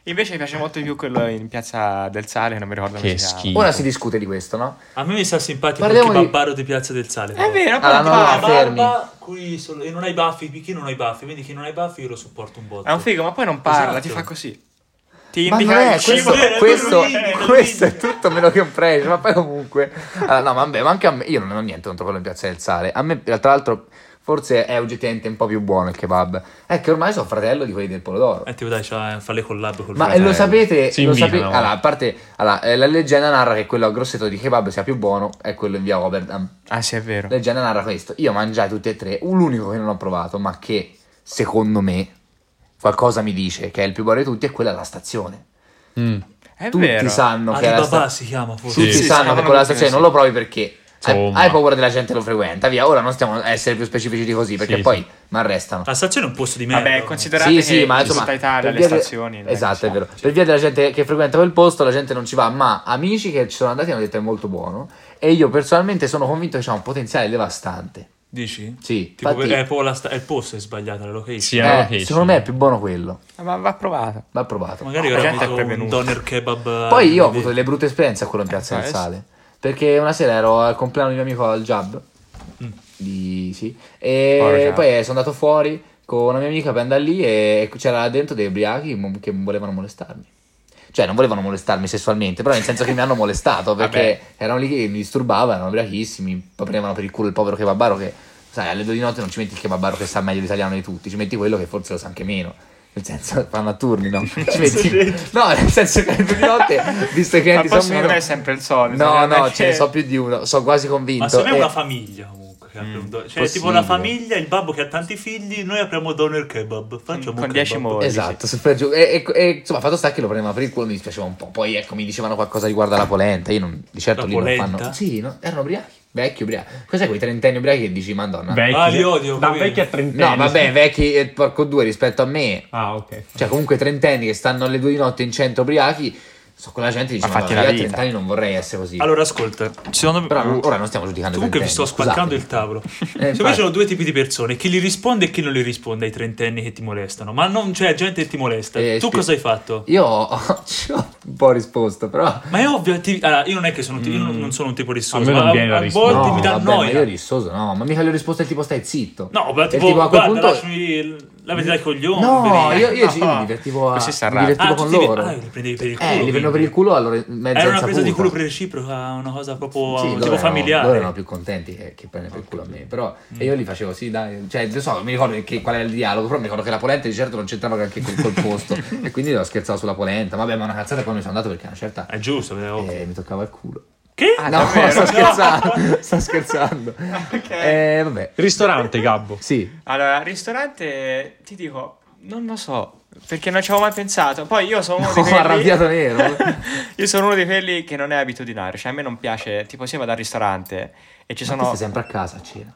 Invece mi piace molto di più quello in Piazza del Sale, non mi ricordo come Che si chiama. schifo. Ora si discute di questo, no? A me mi sta simpatico Parliamo il di- kebabbaro di Piazza del Sale. È vero, Allora, poi no, fa- no, fermi. barba, qui solo- e non hai baffi, chi non ha i baffi, quindi chi non ha i baffi io lo supporto un botto. è un figo, ma poi non parla, Esatto. ti fa così. Ti Ma non indica è, il questo, cibo. Eh, questo, quello lì, quello questo lì. è tutto meno che un pregio, ma poi comunque... Allora, no, vabbè, ma anche a me, io non ho niente contro quello in Piazza del Sale. A me, tra l'altro, forse è oggettivamente un po' più buono il kebab. È che ormai sono fratello di quelli del Polodoro. Eh, tipo dai, cioè, fa le collab col Ma fratello. lo sapete, Si lo invinano. sapete, allora, a parte, allora, eh, la leggenda narra che quello a Grosseto di kebab sia più buono, è quello in via Oberdam. Ah, sì, è vero. La leggenda narra questo. Io mangiai tutti e tre, l'unico che non ho provato, ma che secondo me qualcosa mi dice che è il più buono di tutti, è quella alla stazione. Mm. È Tutti vero. sanno che è la Alibaba stazione. si chiama forse. Tutti Sì, sì, sanno sì, che quella sì, stazione sì. non lo provi perché hai, Insomma. hai paura della gente lo frequenta, via. Ora non stiamo a essere più specifici di così, perché Sì, poi sì. mi arrestano. La stazione è un posto di merda. Vabbè, considerate Sì, che sì, ma in insomma, tutta Italia per le via de- stazioni... non è che esatto, è c'è. vero. Per via della gente che frequenta quel posto, la gente non ci va, ma amici che ci sono andati hanno detto è molto buono. E io personalmente sono convinto che c'ha un potenziale devastante. Dici? Sì, Tipo, infatti, è proprio la sta- è il posto è sbagliato, la location. Sì, eh, la location. secondo me è più buono quello. Ma va provato. Va provato. Magari La ora gente è avuto un prevenuta. doner kebab. Poi io ho eh, avuto delle brutte esperienze a quello in Piazza del Eh, sì. Sale. Perché una sera ero al compleanno di mio amico al Jab. Mm. Di, sì. E Povero Jab. poi sono andato fuori con una mia amica per andare lì e c'era dentro dei ubriachi mo- che volevano molestarmi. Cioè non volevano molestarmi sessualmente, però nel senso che mi hanno molestato perché Vabbè. erano lì che mi disturbavano, erano ubriachissimi, poi prendevano per il culo il povero kebabaro che, sai, alle due di notte non ci metti il kebabaro che sa meglio l'italiano di tutti, ci metti quello che forse lo sa anche meno. Nel senso, fanno a turni, no? Ci metti... No, nel senso che alle due di notte, visto che i Ma clienti poi sono secondo meno... me è sempre il solito. No, non è no, che- ce ne so più di uno, sono quasi convinto. Ma secondo me è E- una famiglia comunque. Che apre un do- cioè, possibile. tipo una famiglia, il babbo che ha tanti figli, noi apriamo doner kebab. Facciamo Con un dieci kebab. mogli. Esatto, super giù. E, e- e, insomma, fatto sta che lo prendeva per il culo, mi dispiaceva un po'. Poi ecco, mi dicevano qualcosa riguardo alla polenta. Io non, di certo La lì non polenta? fanno. Sì, no? Erano ubriachi, vecchi ubriachi. Cos'è quei trentenni ubriachi che dici, madonna? Vecchi. Ah, li odio, Da capito? vecchi a trentenni. No, vabbè, vecchi e porco due rispetto a me. Ah, ok. Cioè, comunque trentenni che stanno alle due di notte in centro ubriachi. So, quella gente dice, Ma ma fatti io la a vita. trenta anni non vorrei essere così. Allora, ascolta, secondo me... Però ora non stiamo giudicando i Comunque vi sto trentenni, spaccando scusate. il tavolo. Eh, Secondo me infatti. ci sono due tipi di persone, chi li risponde e chi non li risponde ai trentenni che ti molestano. Ma non c'è gente che ti molesta. Eh, tu spie- cosa hai fatto? Io ho, ci ho un po' risposto, però... Ma è ovvio, ti- allora, io non è che sono, un ti- io non non sono un tipo rissoso. A me non ma viene la a, a risposta. volte No, mi dà vabbè, ma noia. io rissoso no, ma mica le ho risposte tipo stai zitto. No, ma E tipo, tipo, a quel guarda, punto- lasciami, lavati dai coglioni. No, vedi. io, io, ci- io No. mi divertivo, a, Così si mi arrabbia. divertivo Ah, con tu ti- loro. ah, li prendevi per il culo. Eh, li prendo quindi. per il culo, allora mezza Era una presa di insaputa. culo reciproca, una cosa proprio Sì, tipo loro erano- familiare. loro erano più contenti che, che prendere per il culo a me, però e io li facevo sì, dai, cioè, non so, mi ricordo che, qual era il dialogo, però mi ricordo che la polenta di certo non c'entrava neanche con quel posto e quindi ho scherzato sulla polenta, vabbè, ma una cazzata poi mi sono andato perché a una certa È giusto, è ovvio. eh, mi toccava il culo. Che? Ah, No, davvero? sto scherzando, sto scherzando. Ok. Eh, vabbè. Ristorante, Gabbo. Sì. Allora, ristorante, ti dico, non lo so, perché non ci avevo mai pensato. Poi io sono uno No, di quelli... arrabbiato nero. Io sono uno di quelli che non è abitudinario, cioè a me non piace, tipo se io vado al ristorante e ci Ma tu sono... stai sempre a casa a cena.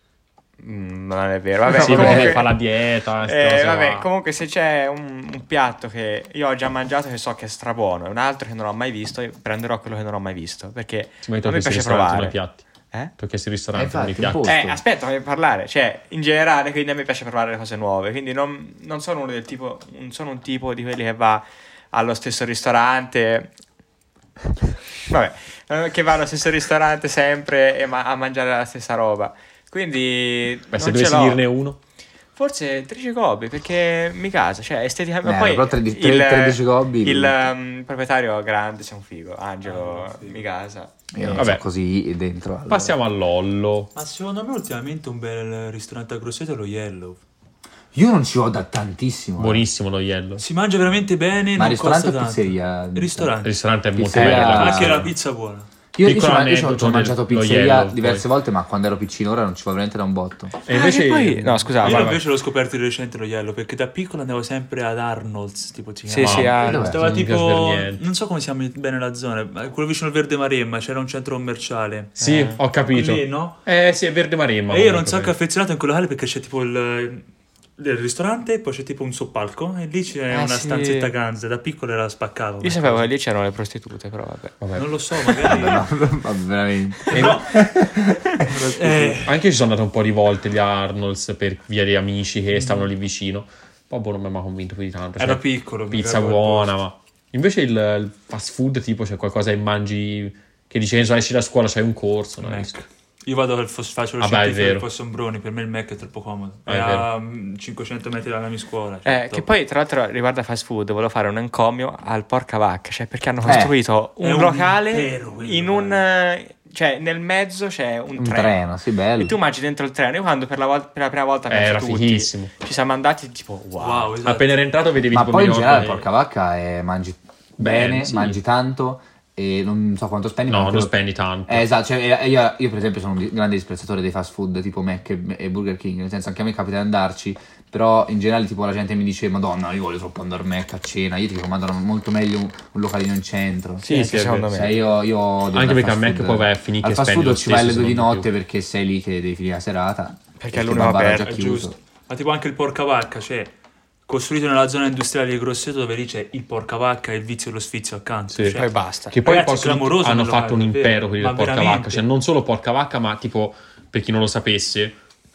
Mm, non è vero, vabbè, Sì, comunque... perché fa la dieta. ste Eh, cose vabbè, qua. comunque se c'è un, un piatto che io ho già mangiato che so che è strabuono e un altro che non ho mai visto, io prenderò quello che non ho mai visto, perché Sì, ma a tu me hai chiesto piace il ristorante, non provare. i piatti. Eh? Tu hai chiesto il Eh, ristorante, non i infatti, un piatti. po'. Eh, aspetta, fammi parlare, cioè, in generale, quindi a me piace provare le cose nuove, quindi non, non sono uno del tipo, non sono un tipo di quelli che va allo stesso ristorante, vabbè, eh, che va allo stesso ristorante sempre e ma- a mangiare la stessa roba, quindi Beh, se non dovessi ce l'ho. dirne uno. Forse tredici Gobbi, perché mi casa, cioè esteticamente... Eh, poi però tredici tredici Gobbi- il um, proprietario grande, sei un figo, Angelo Ah, figo. mi casa. Io non Vabbè. so così dentro. allora. Passiamo all'Ollo. Ma secondo me ultimamente un bel ristorante a Grosseto è lo Yellow. Io non ci vado da tantissimo. eh. Buonissimo lo Yellow. Si mangia veramente bene, Ma non ristorante costa o tanto. pizzeria? Il Il ristorante. ristorante è molto Pizzeria- bello. Ah, Anche sì. la pizza buona. Io, io, Piccolo ci, io ci ho- aneddoto ci ho mangiato del- lo pizzeria Yellow, diverse poi. volte, ma quando ero piccino ora non ci vado veramente da un botto. E invece... Ah, che poi- no, scusa, Io vai, vai. invece l'ho scoperto di recente lo Yellow, perché da piccolo andavo sempre ad Arnold's, tipo si Sì, chiama. sì, ah, dov'è? Stava Non mi piace tipo, per niente. non so come si chiama bene la zona, ma quello vicino al Verde Maremma, c'era un centro commerciale. Sì, Eh. ho capito. Lì, no? Eh sì, è Verde Maremma. E io ero un comunque, sacco poi. affezionato in quel locale perché c'è tipo il, il ristorante, poi c'è tipo un soppalco e lì c'è Ah, una sì. stanzetta ganza. Da piccolo era spaccato. Io sapevo che lì c'erano le prostitute, però vabbè. Vabbè. Non lo so, magari. No, ma veramente. No. eh, Anche io ci sono andato un po' di volte lì a Arnold's per via dei amici che stavano lì vicino. poi boh, non mi ha mai convinto più di tanto. Ero Cioè, piccolo. mi pizza cagavo buona, addosso. ma invece il, il fast food tipo c'è qualcosa che mangi che dice che esci da scuola c'hai un corso, no? Mac. Io vado al fos- faccio lo Vabbè, è scientifico del vero. Fossombroni, per me il Mac è troppo comodo. Ah, è è vero. a mm, cinquecento metri dalla mia scuola. cioè, Eh, top. che poi, tra l'altro, riguardo a fast food, volevo fare un encomio al Porca Vacca, cioè perché hanno Eh, costruito è un un locale impero quello, in un... eh, cioè, nel mezzo c'è un, Un treno. treno, sì, bello. E tu mangi dentro il treno. Io quando per la, vol- per la prima volta Eh, penso era tutti, fighissimo. ci siamo andati tipo wow. Wow, esatto. Appena era entrato vedevi Ma tipo poi in mi generale ricordo- porca vacca è mangi bene, Bene, sì. mangi tanto e non so quanto spendi. No, ma non quello- spendi tanto. Eh, esatto, cioè, eh, io, io per esempio sono un di- grande disprezzatore dei fast food tipo Mac e, e Burger King, nel senso anche a me capita di andarci, però in generale tipo la gente mi dice madonna io voglio troppo andare a Mac a cena, io ti dico mandano molto meglio un, un localino in centro. Sì, Sì, sì, è secondo vero. me. Cioè io, io odio Anche andare perché fast a Mac food. poi vai a finire che al fast spendi food lo ci vai alle stesso, due di se non di notte più. perché sei lì che devi finire la serata. Perché è il l'unico kebab era aperto, già È chiuso. giusto. Ma tipo anche il Porca Vacca, cioè costruito nella zona industriale di Grosseto dove lì c'è il Porca Vacca e il vizio e lo sfizio accanto. Sì. Cioè, Poi basta. Che poi Ragazzi, possono- clamoroso hanno nel fatto un locale, impero quelli ma del porca veramente. vacca, cioè non solo porca vacca, ma tipo per chi non lo sapesse,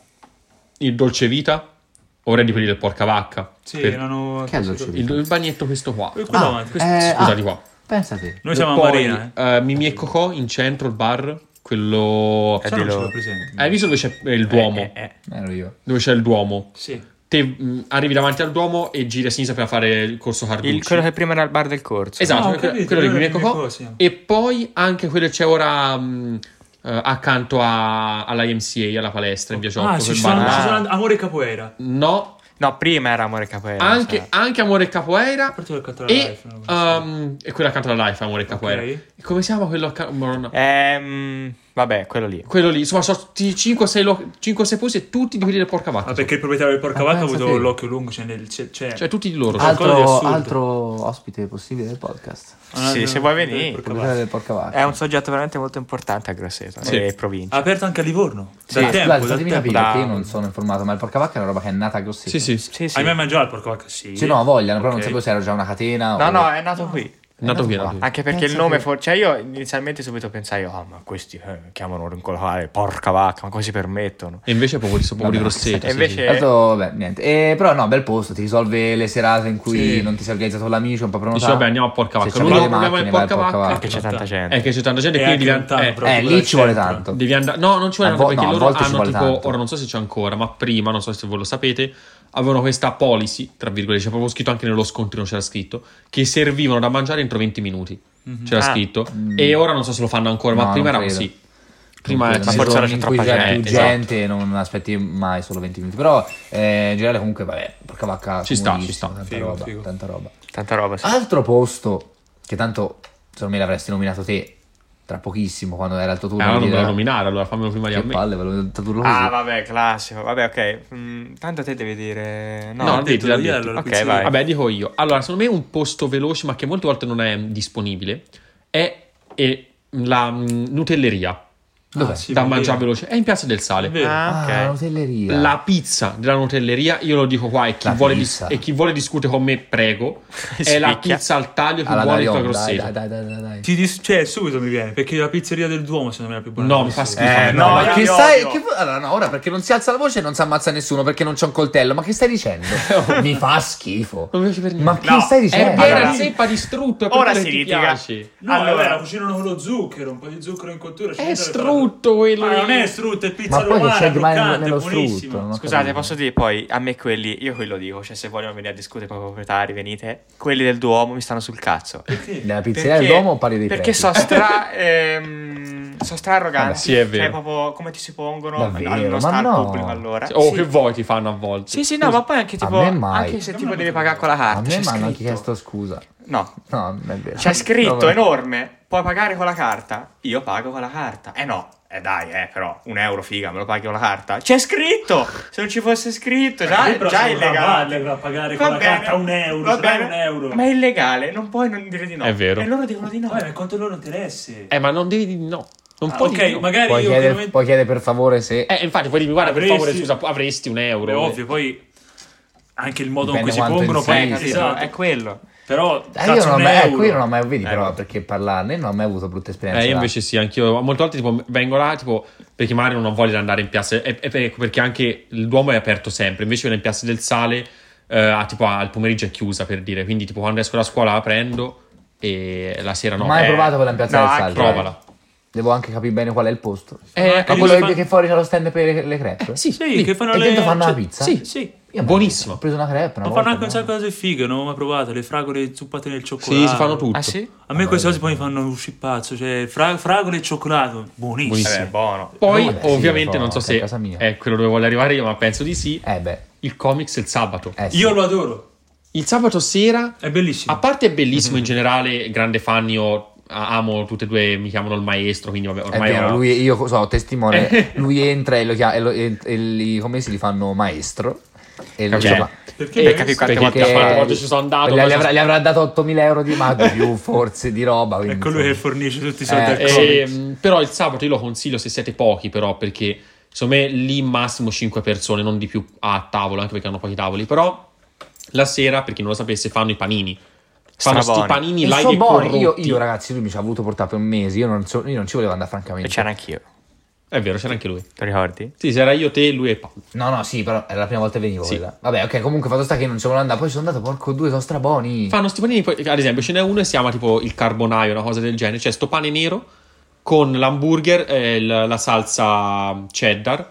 il dolce vita ora è di quelli del porca vacca. sì, Per- erano... Che è il dolce il, vita? il bagnetto questo qua. E qui davanti. eh, Scusa ah, di qua. Pensa te. Noi siamo Poi, a Marina, eh. eh, Mimì e Cocò in centro, il bar, quello... Eh, Sai, non dillo. ce l'ho presente. Hai visto dove c'è il Duomo? Eh, eh, eh. Ero io. Dove c'è il Duomo? Sì. Te mh, arrivi davanti al Duomo e giri a sinistra per fare il corso Carducci. Il- quello che prima era il bar del corso. Esatto, Ah, ho quello, capito, quello di quello Mimì e di Mimì e Cocò. Cocò, sì. E poi anche quello che c'è ora mh, eh, accanto a- alla I M C A, alla palestra in via Ciotto. Ah, quel ci bar sono, là. ci sono Amore Capoeira. No, No, prima era Amore Capoeira. anche, cioè. anche Amore e Capoeira. A parte accanto alla E, Life, non lo so. um, e quello accanto alla Life, Amore e Capoeira. Ok. E come si chiama quello accanto? Ehm, vabbè, quello lì. Quello lì, insomma, sono cinque o sei posti e tutti di quelli del porca vacca. Ah, perché il proprietario del Porca Ah, Vacca ha pensa avuto te. l'occhio lungo, cioè, nel, c'è, c'è- Cioè, tutti di loro. Ah, qualcosa di Altro, assurdo. altro ospite possibile del podcast. Ah, Sì, no, se vuoi del venire. Porca Proprietario Vacca. del porca vacca. È un soggetto veramente molto importante a Grosseto Sì. e Ha provincia. aperto anche a Livorno. Sì. Dal Ah, tempo, scusate, dal fatemi tempo. capire da- perché io non sono informato, ma il porca vacca è una roba che è nata a Grosseto. Sì, sì. Sì, sì. Hai mai mangiato il Porca Vacca? Sì. Sì, no, voglia, però non Ok. sapevo se era già una catena No, o... no, è nato qui. È nato qui, è qua. nato qui. Anche perché Pensa il nome che- for- cioè io inizialmente subito pensai ah ma questi eh, chiamano un locale porca vacca, ma come si permettono? E invece è proprio, sono proprio di Vabbè, Grosseto. e sì, invece- sì. Tanto, vabbè, niente. E, però no, bel posto, ti risolve le serate in cui Sì. non ti sei organizzato con l'amico, un po' Dici, prenotato. vabbè, andiamo a porca Se vacca. c'è L'unico le problema del macchine, vai al porca porca vacca vacca. Perché c'è tanta gente. è che c'è tanta gente E e quindi anche devi, lontano, eh, proprio Eh, dal lì ci vuole centro. tanto. devi andare. No, non ci vuole A tanto vo- perché no, a loro volte ci hanno vuole tipo. tanto. Ora non so se c'è ancora, ma prima, non so se voi lo sapete, avevano questa policy, tra virgolette, c'è proprio scritto anche nello scontrino, c'era scritto, che servivano da mangiare entro venti minuti. C'era Ah. scritto. E ora non so se lo fanno ancora, ma No, prima non era credo. così. Prima Non era credo. Ma forse Nei ora giorni c'è in cui troppa c'è gente, più gente non aspetti mai solo venti minuti. Però eh, in generale comunque vabbè, porca vacca Ci sta, comodissimo, ci sta. tanta Figo, roba, figo. tanta roba. Tanta roba. Sì. Altro posto che tanto secondo me l'avresti nominato te tra pochissimo quando era il tuo turno. Eh, allora non di me lo dire, nominare, allora fammelo prima di a che me. palle, ve l'ho introdurlo così. Ah, vabbè, classico. Vabbè, ok. Mm, tanto te devi dire no. No, ha detto detto, lui, detto. allora, Ok, pizzeria. vai. Vabbè, dico io. Allora, secondo me un posto veloce, ma che molte volte non è disponibile, è, è la mm, Nutelleria. Dov'è? Ah, sì, da va mangiare bene. veloce. È in Piazza del Sale. È vero. Ah, Ah, la ok. hotelleria. La pizza della Nutelleria, io lo dico qua, e chi, La vuole, pizza. dis- e chi vuole discutere con me, prego, è la Spicchia. pizza al taglio più alla buona di tutta Darion, dai, Grosseto. dai, dai, dai, dai. Ti dis- cioè, subito mi viene, perché la pizzeria del Duomo secondo me è la più buona. No, di mi fa Grosseto. schifo. Eh, no, no, Ma io che li stai? odio. Che, allora, no, ora perché non si alza la voce e non si ammazza nessuno perché non c'è un coltello. Ma che stai dicendo? Mi fa schifo. Non mi piace per niente. Ma che No, stai È dicendo? vera Allora- zeppa distrutto, è per Ora quello si che ti litiga. piace. No, Allora- allora, la cucinano con lo zucchero, un po' di zucchero in cottura. ci È mettono le strutto quello. Ma non lì. è strutto, è pizza Ma poi che romana, c'è di male croccante, nello buonissima. strutto? Non ho Scusate, capito. posso dire poi a me quelli, io quello dico, cioè se vogliono venire a discutere con i proprietari, venite. Quelli del Duomo mi stanno sul cazzo. Perché? Nella pizzeria del Duomo o parli dei Perché prezzi? so stra ehm, so stra arroganti. Vabbè, sì, è vero. Cioè proprio come ti si pongono Davvero? allo Ma star no. pubblico allora. O Sì. che vuoi ti fanno a volte. Sì, sì, no, ma poi anche A tipo me mai. anche se A tipo me devi non pagare con la A carta, me c'è mi hanno anche scritto. chiesto scusa. No, No, non è vero. c'è scritto Vabbè. enorme, puoi pagare con la carta? Io pago con la carta. Eh no, eh dai, eh, però un euro figa, me lo paghi con la carta? C'è scritto! Se non ci fosse scritto, già, Io però già è sono illegale. capace a pagare Va con la bene, carta un euro, va ci dai bene, un euro. Ma è illegale, non puoi non dire di no. È vero. E loro dicono di no. Vabbè, ma quanto loro interessi? Eh, ma non devi di no. Non Ah, puoi ok, dire no. magari Puoi io chiedere, ovviamente- puoi chiedere per favore se... Eh, infatti, poi dimmi, guarda, per Avresti- favore, scusa, avresti un euro. È ovvio, poi anche il modo Dipende in cui si quanto pongono, poi insisti. Eh, esatto. è quello. Però Eh, io cazzo, non ho un mai, euro. ecco, io non ho mai, vedi, Eh, però no. perché parlarne non ho mai avuto brutte esperienze. Eh, io là. invece sì, anch'io. Molte volte tipo vengo là, tipo, perché magari non ho voglia di andare in piazza. E, e perché perché anche il Duomo è aperto sempre. Invece in Piazza del Sale eh, tipo al pomeriggio è chiusa, per dire, quindi tipo quando esco da scuola la prendo e la sera no. Mai Eh, provato quella in Piazza no, del anche- Salto? Provala. Devo anche capire bene qual è il posto. Eh, Ma Ma che quello lì che, fa- che fuori c'è lo stand per le, le crepe? Sì, Sì, lì. che fanno E le... dentro fanno cioè- la pizza? Sì. Sì. Io Buonissimo. Ho preso una crepe una Ma volta, fanno anche un no? sacco di cose fighe, non ho mai provato, le fragole zuppate nel cioccolato. Sì, si fanno tutto. Ah sì? A me queste cose poi mi fanno uscire pazzo, cioè fra- fragole e cioccolato, buonissimo. Buonissimo. Eh, buono. Poi, Vabbè, sì, ovviamente, lo so, non so anche a se casa mia. è quello dove voglio arrivare io, ma penso di sì. Eh beh, Il comics il sabato. eh sì. Io lo adoro, Il sabato sera, è bellissimo. a parte è bellissimo in generale, grande fan, io amo tutte e due, mi chiamano il maestro, quindi vabbè, È ormai vero, ho- lui, io so, testimone, lui entra e, lo chiama, e, lo- e- e i commessi gli fanno maestro. E lui Cioè, fa- Perché? per capire quante perché volte quante fa- volte ci sono andato. gli, poi gli sono- avrà, gli avrà dato ottomila euro di ma più forse di roba. quindi, Ecco lui che insomma. fornisce tutti i soldi Eh, al eh, comics. Ehm, però il sabato io lo consiglio se siete pochi, però, perché secondo me lì massimo cinque persone, non di più a tavolo, anche perché hanno pochi tavoli. Però la sera, per chi non lo sapesse, fanno i panini. Fanno sti Strabuoni. panini E live sono e buoni. Io, corrotti. io, ragazzi, lui mi ci ha voluto portare per un mese. Io non, so- io non ci volevo andare, E francamente. c'era anch'io. È vero, c'era anche lui. Ti ricordi? Sì, c'era io, te, lui e Paolo. No, no, sì, però era la prima volta che venivo. Sì. quella. Vabbè, ok, comunque fatto sta che non ci volevo andare. Poi sono andato, porco due, sono straboni. Fanno sti panini, poi, ad esempio, ce n'è uno che si chiama tipo il carbonaio, una cosa del genere. C'è sto pane nero con l'hamburger e il- la salsa cheddar.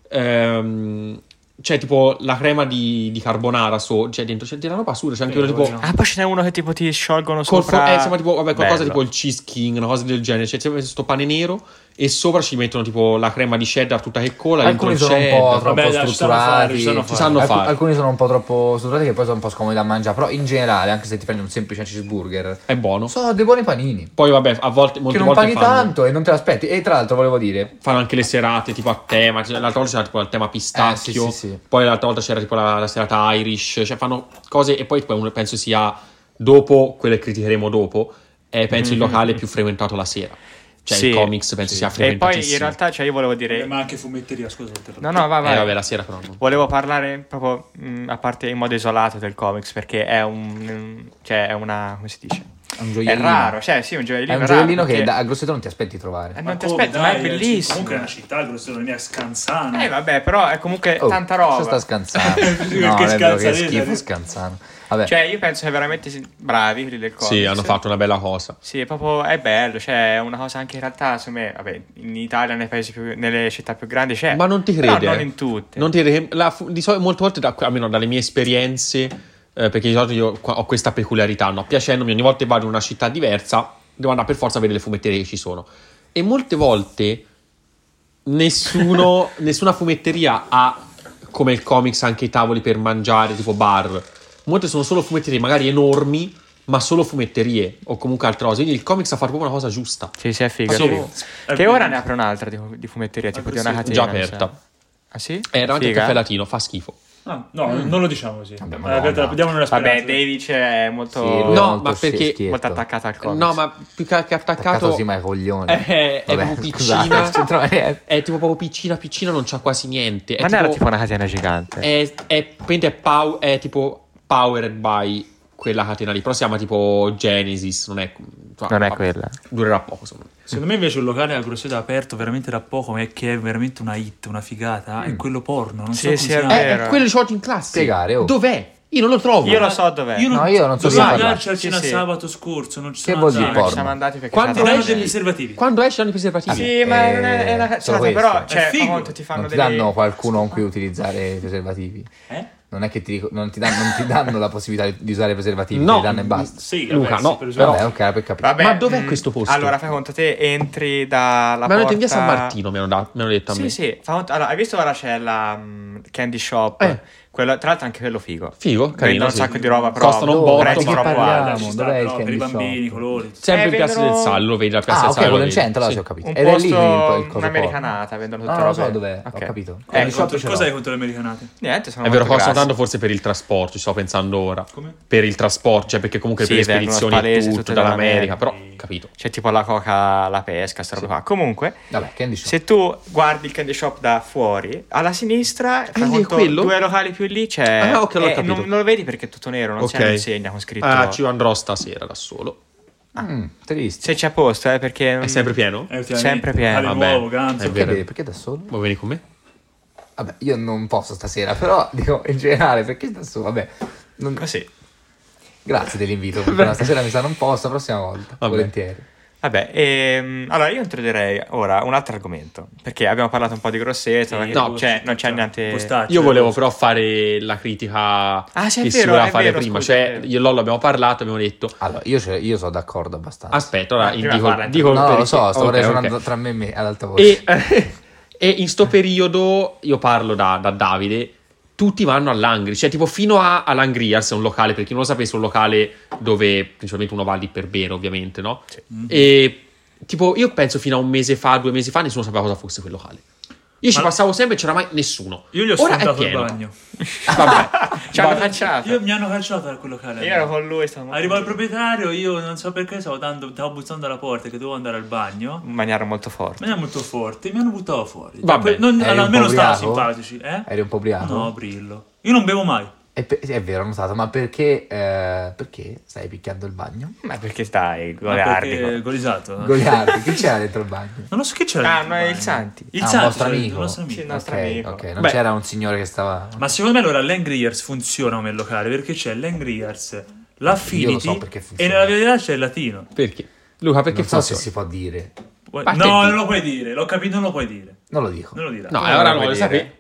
Ehm, c'è tipo la crema di, di carbonara, so, c'è dentro, c'è della roba assurda, c'è anche quello tipo... Ah, poi ce n'è uno che tipo ti sciolgono Col sopra. fo- eh, sembra tipo, vabbè, qualcosa Bello. tipo il cheese king, una cosa del genere. C'è tipo questo pane nero e sopra ci mettono tipo la crema di cheddar tutta che cola. dentro Alcuni il sono un po' cheddar. troppo Vabbè, dai, ci sanno fare, strutturati. ci sanno Ci fare. sanno Alc- fare. alcuni sono un po' troppo strutturati che poi sono un po' scomodi da mangiare. Però in generale, anche se ti prendi un semplice cheeseburger, È buono. sono dei buoni panini. Poi vabbè, a volte, molte Che non volte paghi fanno, tanto e non te l'aspetti. E tra l'altro volevo dire, fanno anche le serate tipo a tema. Cioè, l'altra volta c'era tipo il tema pistacchio. Eh, sì, sì, sì. Poi l'altra volta c'era tipo la, la serata Irish. Cioè fanno cose e poi poi uno penso sia dopo, quelle che criticheremo dopo, è penso il locale più frequentato la sera. Cioè Sì, il comics penso sì. sia E frequentatissimo. poi in realtà, cioè, io volevo Eh, dire. Ma anche fumetteria, scusa. te lo- No, no, vai, vai. Eh vabbè, la sera però no. Volevo parlare proprio mh, a parte in modo isolato del comics perché è un. Cioè, è una. Come si dice? è un È gioiellino. raro, cioè, sì, un gioiellino. È un raro gioiellino che perché- da- a Grosseto non ti aspetti di trovare. Eh, Ma non ti come, aspetti, ma è dai, bellissimo. Comunque è una città, il Grosseto non è Scanzano. Eh, vabbè, però è comunque Oh, tanta roba. Sta scansando. Perché No, non è vero che è scansare, schifo dai. scansano. Vabbè. Cioè, io penso che veramente si- bravi quelli del comics. Sì, hanno fatto una bella cosa. Sì, è proprio è bello, cioè è una cosa anche in realtà, secondo me, vabbè, in Italia, nei paesi più, nelle città più grandi c'è. Ma non ti però crede? non eh. in tutte. Non ti crede che la fu- di solito molte volte, da, almeno dalle mie esperienze, eh, perché di solito io qua- ho questa peculiarità, no? Piacendomi, ogni volta che vado in una città diversa, devo andare per forza a vedere le fumetterie che ci sono. E molte volte nessuno, nessuna fumetteria ha, come il comics, anche i tavoli per mangiare, tipo bar. Molte sono solo fumetterie, magari enormi, ma solo fumetterie o comunque altre cose. Quindi il comics ha fatto proprio una cosa giusta. Sì, sì, è figa. Ma sì. solo- È Che ora bello. ne apre un'altra di, di fumetteria, tipo di una Grosseto. catena. Già mi aperta. sa. Ah sì? È davanti al Figa? caffè latino, fa schifo. Ah, no, non lo diciamo così. Vabbè, Eh, Madonna. aspetta, diamone una speranza. Vabbè, David è molto, Sì, lui è No, molto ma perché- schietto. molto attaccato al comics. No, ma più che che attaccato, Attaccato sì, ma ai coglioni. è, è Vabbè, proprio scusate, piccina. non c'entrava niente. È tipo proprio piccina, piccina, non c'ha quasi niente. È Ma non era tipo, tipo una catena gigante. è, è, praticamente è, pow- è tipo powered by quella catena lì. Però si chiama tipo Genesis. Non è, insomma, Non è va- quella. Durerà poco, insomma. Secondo me invece un locale a Grosseto aperto veramente da poco, ma è che è veramente una hit, una figata, è quello porno, non Sì, so come sì, si è chiama. vero. È, è quello che c'ho oggi in classe. Spiegare, oh. Dov'è? Io non lo trovo. Io lo so dov'è. Io non, No, io non so dovevo di parlare. andarci al Sì, cinema sì. sabato scorso, non ci Che sono vuol dire andato. Ci porno? siamo andati perché Quando c'era Ti danno esce- dei preservativi. Quando esce hanno i preservativi. Sì, ma Eh, non è, è una solo cazzata, questo. però È cioè, figo. appunto, ti fanno Non ti delle... danno qualcuno con cui utilizzare i preservativi. Eh? Non è che ti, dico- non ti danno, non ti danno la possibilità di usare i preservativi, No. ti danno e basta. Sì, Luca, vabbè, no, sì, presumo. Vabbè, ok, per capire. Vabbè, Ma dov'è mh, questo posto? Allora, fai conto, te entri dalla Mi hanno porta... detto in via San Martino, mi hanno, da- mi hanno detto a Sì, me. sì. Fa conto- allora, hai visto ora c'è la mh, candy shop? Eh. Quello, tra l'altro anche quello figo. Figo, carino. Vendono un sì. sacco di roba, però Costano un Dove? botto, prezzi Di che ma troppo parliamo? alti. Ci sta, Dov'è il però, per i candy bambini, i shop? colori. Sempre Eh, in Piazza vendono- del Sallo, lo vedi la Piazza Ah, del ok, Sallo. quello lo in vedi. centro, là Sì. ci ho capito. Un Ed è lì posto, il, il coso un'americanata, vendono tutte No, non lo robe. so dov'è, ho Ok. capito. Eh, Candy Ecco, shop ce l'ho. cosa hai contro le americanate? Niente, sono È vero, molto costano grassi. tanto forse per il trasporto, ci sto pensando ora. Come? Per il trasporto, cioè perché comunque Sì, per le vengono spedizioni e spalesi tutto tutte dall'America, dall'America. però capito. C'è tipo la coca, la pesca, sta roba qua. Comunque, Vabbè, candy shop. se tu guardi il candy shop da fuori, alla sinistra, fai lì è conto, quello? due locali più lì c'è... Ah, ok, allora ho eh, capito. non, non lo vedi perché è tutto nero, non c'è Ok. un'insegna con scritto... Ah, ci andrò stasera da solo. Mm, triste. Se c'è posto, eh, perché... È sempre pieno? Eh, ultimamente, Sempre pieno. Locale Vabbè, nuovo, ganzo. è vero. Perché, perché da solo? Vuoi venire con me? Vabbè, io non posso stasera, però dico in generale, perché da solo? Vabbè, Non- Così. Grazie dell'invito, perché stasera mi sa non posso, la prossima volta, Vabbè. volentieri. Vabbè, ehm, allora io introdurrei ora un altro argomento, perché abbiamo parlato un po' di Grosseto, Sì, no, no, cioè, non c'è cioè, niente... postaccio. Io volevo però fare la critica Ah, sì, è che si vero, voleva è fare vero, prima. scusa, è Cioè, vero. io e Lollo abbiamo parlato, abbiamo detto Allora, io, ce- io sono d'accordo abbastanza. aspetta, ora Ah, prima dico, parla, dico no, perché- lo so, sto ok, ragionando ok. tra me e me ad alta voce. E, e in sto periodo, io parlo da, da Davide, tutti vanno all'Angri, cioè tipo fino a, all'Angrias, è un locale, per chi non lo sapesse, è un locale dove principalmente uno va lì per bere, ovviamente, no? E tipo, io penso fino a un mese fa, due mesi fa, nessuno sapeva cosa fosse quel locale. Io ci Ma- passavo sempre e c'era mai nessuno. Io gli ho Ora è sfondato il pieno. bagno. Vabbè, Ci hanno cacciato. Io mi hanno cacciato da quel locale. Io ero con lui, stavo Arrivò il proprietario, io non so perché stavo, dando, stavo bussando alla porta che dovevo andare al bagno. in maniera molto forte. Ma era molto forte, mi hanno buttato fuori. Vabbè. Poi non, Eri un almeno po' stavano ubriaco? simpatici, eh? Eri un po' ubriaco? No, brillo. Io non bevo mai. È, pe- è vero, ho notato, ma perché, eh, perché stai picchiando il bagno? Ma perché stai, Ma goleardico? perché golisato. eh? Goliardi, chi c'era dentro il bagno? Non lo so che c'era. Ah, dentro no, è il bagno. Santi. Il Ah, un Santi, vostro c'era amico? il nostro amico. Sì, il nostro ok, amico. ok, non Beh. c'era un signore che stava... Ma secondo me allora l'Angriers funziona come locale perché c'è l'Angriers, l'Affinity Io lo so perché e funziona. nella verità c'è il latino. perché? Luca, perché non so se funziona? si può dire, Vuoi- Ma che No, dici? non lo puoi dire, l'ho capito, non lo puoi dire. non lo dico. Non lo dirà. No, Come allora lo non vuoi lo dire? sapevi.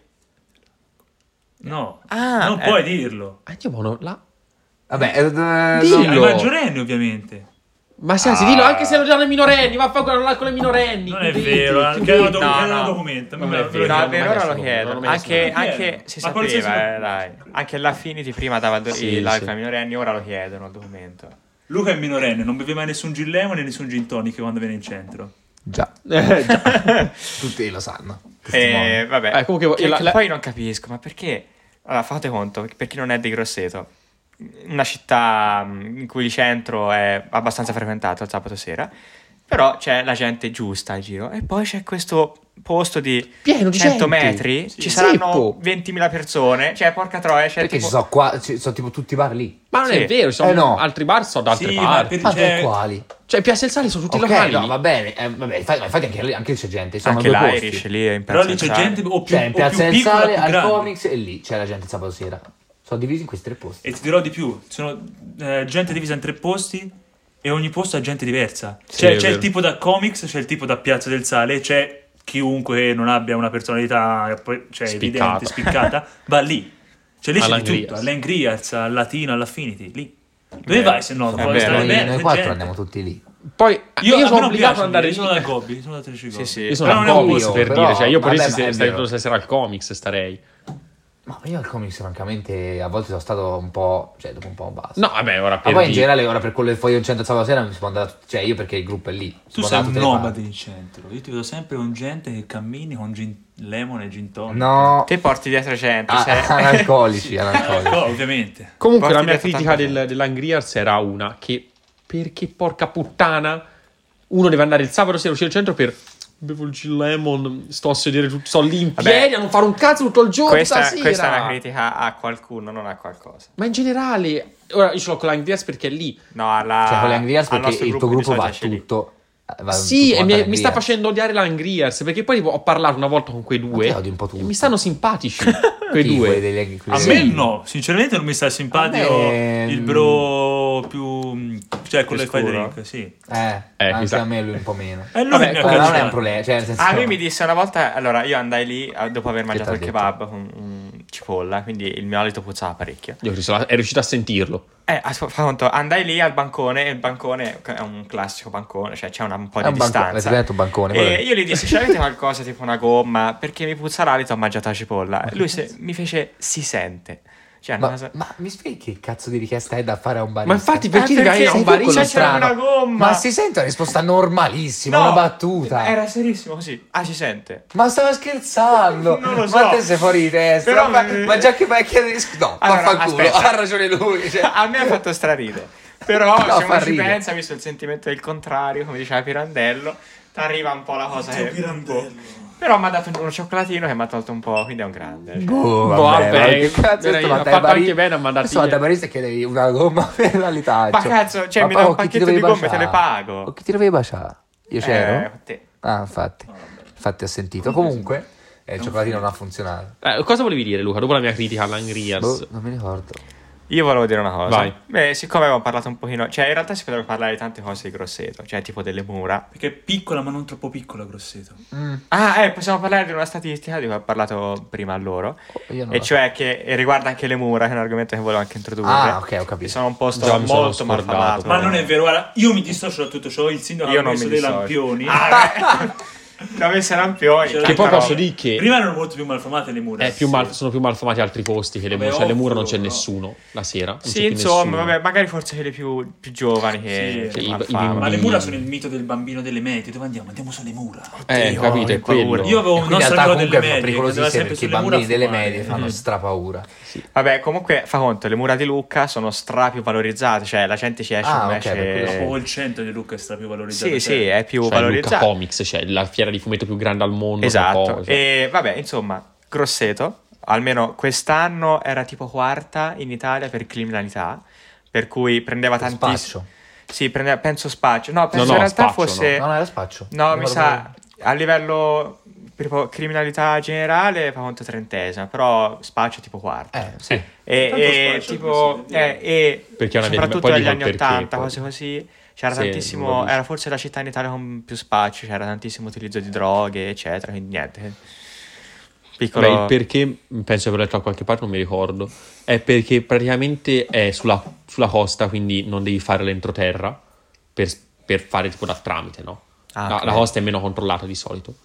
No. Ah, non eh. puoi dirlo. Andiamo là. Vabbè, eh, eh, Dillo. Sì, ai maggiorenni ovviamente. Ma sì, anzi, dillo anche se lo già nei minorenni, vaffanculo là con le minorenni. Non è chiudete, vero, chiudete. chiedono doc- No, chiedono no. documento. Non me è lo- me lo vero. No, chiedono. è vero, mai ora lo nessuno, chiedono. non ho mai Anche, nessuno. anche si Ma qualsiasi- sapeva, eh, dai. Anche l'Affinity prima dava il Sì, l'alcol sì. ai minorenni, ora lo chiedono il documento. Luca è minorenne, non beve mai nessun gin lemon e nessun gin tonic quando viene in centro. già, Eh, già. tutti lo sanno. E testimoni. vabbè, Eh, comunque, che- la- che la- poi non capisco, ma perché? Allora, fate conto, per chi non è di Grosseto, una città mh, in cui il centro è abbastanza frequentato il sabato sera, però c'è la gente giusta al giro, e poi c'è questo posto di Pieno di cento gente. metri, Sì. ci saranno Zeppo. ventimila persone, cioè porca troia, c'è Perché tipo... ci sono qua, ci sono tipo tutti i bar lì. Ma non Sì. è vero, ci sono Eh, no. altri bar, sono da altre Sì, parti. ma Ma C'è- per quali? Cioè, Piazza del Sale sono tutti Ok, locali. no, va bene, eh, vabbè, infatti, infatti anche, lì- anche lì c'è gente, sono Anche due l'Irish posti. lì è in Però Piazza lì c'è del Sale. gente o più, Cioè, in o Piazza più del piccola o Sale, più al grande. Comics e lì c'è la gente il sabato sera. Sono divisi in questi tre posti. E ti dirò di più, sono eh, gente divisa in tre posti e ogni posto ha gente diversa. Sì, Cioè, è c'è vero. il tipo da comics, c'è il tipo da Piazza del Sale, c'è chiunque non abbia una personalità poi, cioè, Spiccata. evidente, spiccata, va lì. Cioè lì c'è di All'Angrias. tutto, all'Angrias, al Latino, all'Affinity, lì. Dove Beh, vai se no? è Vuoi vero. stare Noi, bene? noi c'è quattro gente. andiamo tutti lì. Poi io, Io, a me sono non obbligato piace ad andare io lì. sono da Gobbi, sono da Trecigobi. Sì, sì. Io sono Però a non è un Comics posto. per però, dire, cioè io vabbè, potessi ma è stare vero. tutta stasera al Comics starei. Ma io al Comics francamente a volte sono stato un po', cioè dopo un po' basta. No, vabbè, ora Ma per poi in dire. generale ora per quello che poi io centro sabato sera non si può andare, cioè io perché il gruppo è lì. si Tu può sei andare un da tutte le nomade parti. in centro. Io ti vedo sempre con gente che cammini con gin lemon e gin tonic. No, Te porti dietro cento, ah, sei... analcolici, analcolici. No, ovviamente. Comunque Porti la mia dietro critica tanta del, gente. dell'Angrias era una che perché porca puttana uno deve andare il sabato sera uscire al centro per bevo il gin lemon, sto a sedere tutto, sto lì in Vabbè, piedi a non fare un cazzo tutto il giorno Questa, stasera. questa è una critica a qualcuno, non a qualcosa. Ma in generale, ora io ce l'ho con l'Angrias perché è lì. No, alla, Cioè con le Angrias al perché nostro il tuo di gruppo va social c'è lì. tutto. eh, va Sì, tutto e mi, quanto mi sta all'Angrias. facendo odiare l'Angrias perché poi ho parlato una volta con quei due te odi un po' tutti. e mi stanno simpatici quei Chi, due. quelli degli- A quelli me degli- no, sinceramente non mi sta simpatico A me- il bro più... cioè quello che fa i scuro? drink, sì. Eh, Eh, anche chissà. a me lui un po' meno. E lui Vabbè, mi ha Ma non è cacciato. un problema, cioè nel senso Ah, lui mi disse una volta, allora io andai lì eh, dopo aver mangiato t'ha il detto? kebab con un cipolla, quindi il mio alito puzzava parecchio. Io sono- è riuscito a sentirlo. Eh, as- fa conto, andai lì al bancone, e il bancone è un classico bancone, cioè c'è una, un po' È di un banco- distanza. avete detto bancone, quello E è- io gli dissi, "Ci avete qualcosa tipo una gomma? Perché mi puzza l'alito, ho mangiato la cipolla." E lui se- mi fece, si sente. Cioè, una Ma, cosa- ma mi spieghi che cazzo di richiesta è da fare a un barista? Ma infatti perché Eh, devi perché avere un sei tu barista quello strano? strano. una gomma. Ma si sente una risposta normalissima, No, una battuta. Era serissimo così. Ah, si sente. Ma stava scherzando. Non lo so. Ma te sei fuori di testa. Però ma, mi- ma già che vai a chiedere no, Allora, vaffanculo, aspetta. ha ragione lui. Cioè. A me ha fatto straride. Però No, se fa uno ci ridere. pensa, visto il sentimento del contrario, come diceva Pirandello, ti arriva un po' la cosa che... Però mi ha dato uno cioccolatino che mi ha tolto un po', quindi è un grande. cioè. Boh, Boh, vabbè, ma che cazzo direi, sto ha fatto fatto ai anche bene a mandarti Adesso vado via. al barista e chiedevi una gomma per l'alitaccio. Ma cazzo, cioè, Ma mi poi dà un con chi ti pacchetto di dovevi gomme, te le baciare? pago. Con chi ti dovevi baciare? Io c'ero? Eh, te. Ah, infatti. Infatti ho sentito. Comunque, eh, il cioccolatino non ha funzionato. Eh, cosa volevi dire, Luca? Dopo la mia critica all'Angrias. Boh, non mi ricordo. Io volevo dire una cosa. Vai. Beh, siccome avevamo parlato un pochino, cioè in realtà si potrebbe parlare di tante cose di Grosseto, cioè tipo delle mura. Perché è piccola ma non troppo piccola Grosseto. Mm. Ah, eh, possiamo parlare di una statistica di cui ho parlato prima a loro, Io non e lo so. cioè che riguarda anche le mura, che è un argomento che volevo anche introdurre. Ah, ok, ho Che capito. sono un posto Già mi sono molto scordato. malfamato. Ma non è vero, guarda, io mi dissocio da tutto ciò, il sindaco Io ha non messo mi dei dissocio. lampioni. Dove se lampioni. Che Che tanta poi roba. posso dire che Prima erano molto più malfamate le mura. è più mal- sono più malfamati altri posti che le Vabbè, mura. Cioè, le mura ovvio, non c'è no. nessuno la sera. Non c'è Sì, più insomma, nessuno. vabbè, magari forse quelle più, più giovani che, Sì, che i- malfamano. i Ma le Mm. mura sono il mito del bambino delle medie. Dove andiamo? Andiamo sulle mura. Eh, Oddio, capito, che è quello. paura. Io avevo un Quindi in nostro realtà amico delle comunque fa medie che andava pericolosissimo sempre perché i sulle mura a bambini delle fumare. medie fanno Mm. strapaura. Vabbè, comunque fa conto, le mura di Lucca sono stra più valorizzate, cioè la gente ci esce Ah, come ok, per quello esce... Proprio il centro di Lucca è stra più valorizzato. Sì, sì, è più Cioè, Luca valorizzato. Comics, cioè la fiera di fumetto più grande al mondo. Esatto. cose. E vabbè, insomma, Grosseto, almeno quest'anno era tipo quarta in Italia per criminalità, per cui prendeva tantissimo. Spaccio. Sì, prendeva, penso spaccio. No, penso no, in realtà spaccio, fosse No, no, era spaccio. No, Non mi ricordo sa bene. a livello proprio criminalità generale fa conto trentesima, però spaccio tipo quarta. Eh, sì. E, Tanto e spaccio tipo così, eh, e Perché è una via di- soprattutto poi negli dico anni il perché, ottanta, poi. cose così, c'era Sì, non tantissimo, l'ho visto. era forse la città in Italia con più spaccio, c'era tantissimo utilizzo di droghe, eccetera, quindi niente. Piccolo Beh, il perché, penso di aver letto da qualche parte, non mi ricordo. È perché praticamente è sulla, sulla costa, quindi non devi fare l'entroterra per, per fare tipo da tramite, no? Ah, la, ok. la costa è meno controllata di solito.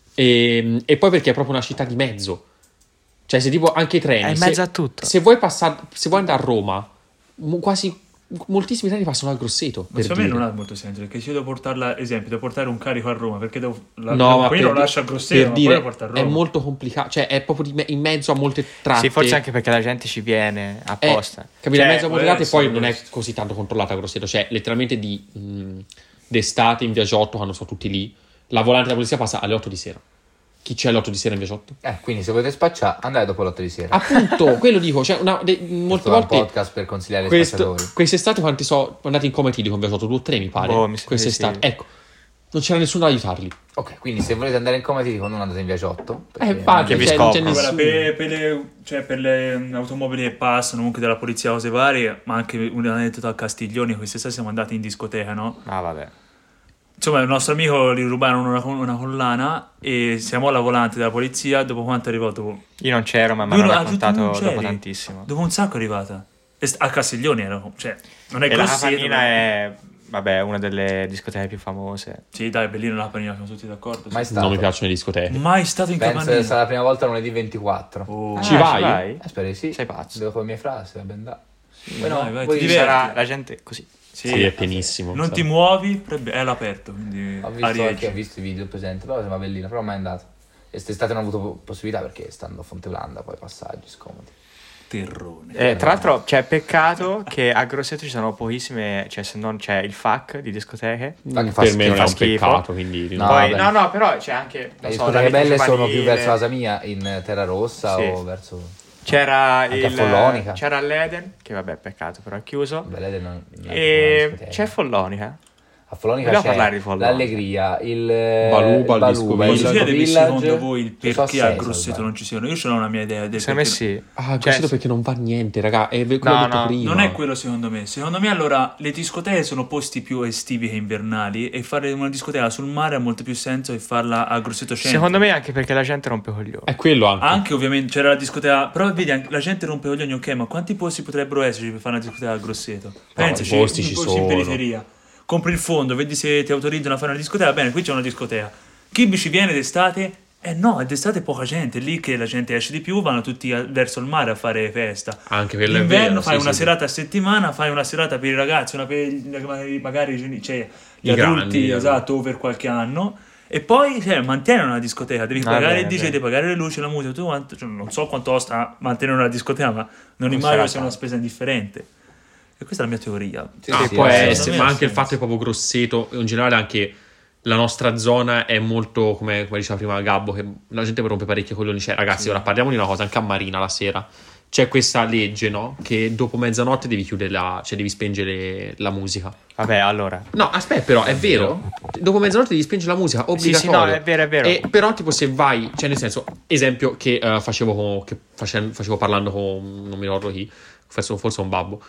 E, e poi perché è proprio una città di mezzo. Cioè, se tipo anche i treni. È in se- mezzo a tutto. Se vuoi passare, se vuoi andare a Roma, mo- quasi moltissimi treni passano al Grosseto. Ma Per secondo me dire. non ha molto senso, perché se io devo portarla, esempio, devo portare un carico a Roma, perché devo la, No, ma qui per, lo di- lascio a Grosseto, per ma poi dire, lo porto a Roma. è molto complicato. Cioè, è proprio di me- in mezzo a molte tratte. Sì, forse anche perché la gente ci viene Eh, apposta. capito? Cioè, in mezzo a molte può tratte, essere poi non è questo. così tanto controllata a Grosseto. Cioè, letteralmente di mh, d'estate in via Giotto, quando sono tutti lì, la volante della polizia passa alle otto di sera. Chi c'è alle otto di sera in via Giotto? Eh, quindi se volete spacciare, andate dopo l'otto di sera. Appunto, quello dico. Cioè, una, de- molte Questo è un volte. podcast per consigliare i Questo, spacciatori. quest'estate quanti so andati in comitati con via Giotto? Due o tre, mi pare. Boh, mi sa di quest'estate. sì. Ecco, non c'era nessuno ad aiutarli. Ok, quindi se volete andare in comitati, non andate in via Giotto. perché- Eh, infatti, Che vi cioè, non c'è scoprono. Guarda, nessuno. per, per le, cioè, per le mm, automobili che passano, comunque della polizia, cose varie, ma anche un aneddoto a Castiglioni, quest'estate siamo andati in discoteca, no? Ah, vabbè. Insomma, il nostro amico gli rubarono una, una collana e siamo alla volante della polizia, dopo quanto è arrivato? Dopo Io non c'ero, ma mi Lui hanno non- ah, tu- tu non raccontato dopo c'eri? tantissimo. un sacco è arrivata. E st- a Castiglioni era, cioè, non è E la Grosseto, Capanina ma- è, vabbè, una delle discoteche più famose. Sì, dai, bellino la panina, siamo tutti d'accordo. Mai sì. stato. Non mi piacciono le discoteche. Mai stato in Penso Capanina. sarà la prima volta lunedì ventiquattro. Oh. Ci Ah, vai? Eh, spero di sì. Sei pazzo. Devo con i miei frasi, va ben da. Poi vai, vai, voi ti Ci diverti. sarà la gente così. Sì, Sì, è pienissimo. non sai. ti muovi, pre- è all'aperto, quindi Ho visto, Arieggi. anche, ho visto i video presente, però sembra bellina, però mai andato. E quest'estate non ho avuto po- possibilità perché stando a Fonteblanda, poi passaggi scomodi. Terrone. Eh, tra l'altro, c'è peccato che a Grosseto ci sono pochissime, cioè se non c'è il F A C di discoteche. Ma che fa Per me non è fa un schifo. peccato, quindi No, Poi, vabbè. no, no, però c'è anche. Le non so, discoteche la vita belle sono giovanile. più verso la Samia, in Terra Rossa Sì. o verso... C'era Anche a il. Follonica. C'era l'Eden, che vabbè, peccato, però è chiuso. Belle del- non- non è E una discoteca. c'è Follonica. A Follonica Vogliamo c'è parlare di Follonica? l'Allegria, il Baluba, il il Disco Baluba, Village. Posso il chiedervi Village. secondo voi il Ci sono perché a sei, Grosseto salvati. non ci siano? Io ce l'ho una mia idea del Secondo me perché- sì. Ah, Cioè, Grosseto perché non va niente, raga. È quello No, che ho detto no, prima. Non è quello secondo me. Secondo me allora le discoteche sono posti più estivi che invernali e fare una discoteca sul mare ha molto più senso che farla a Grosseto Centro. Secondo me anche perché la gente rompe coglioni. È quello anche. Anche ovviamente c'era la discoteca, però vedi anche- la gente rompe coglioni, ok, ma quanti posti potrebbero esserci per fare una discoteca a Grosseto? Pensaci, i posti un ci posto sono. in periferia. Compri il fondo, vedi se ti autorizzano a fare una discoteca, bene, qui c'è una discoteca. Chi ci viene d'estate? Eh no, d'estate poca gente, è lì che la gente esce di più, vanno tutti a- verso il mare a fare festa. Anche quello è D'inverno vero, fai sì, una sì, serata a settimana, fai una serata per i ragazzi, una per magari, magari cioè, gli I adulti, grandi, esatto, over qualche anno. E poi cioè, mantieni una discoteca, devi Ah, pagare bene, il D J, bene. devi pagare le luci, la musica, tutto quanto. Cioè, non so quanto costa mantenere una discoteca, ma non Non immagino sarà sia una tanto. spesa indifferente. E questa è la mia teoria. Sì, Ah, sì, può eh, essere, secondo me ma ha anche il senso. fatto che proprio Grosseto, in generale anche la nostra zona è molto, come, come diceva prima Gabbo, che la gente rompe parecchio coglioni. Cioè, ragazzi, ora parliamo di una cosa, anche a Marina la sera c'è questa legge, no? Che dopo mezzanotte devi chiudere la, cioè devi spengere la musica. Vabbè, allora. No, aspetta, però è vero. Dopo mezzanotte devi spengere la musica, Sì, obbligatorio. sì, no, è vero, è vero. E però tipo se vai, cioè nel senso, esempio che eh, facevo con- che face- facevo parlando con non mi ricordo chi, forse, forse un babbo.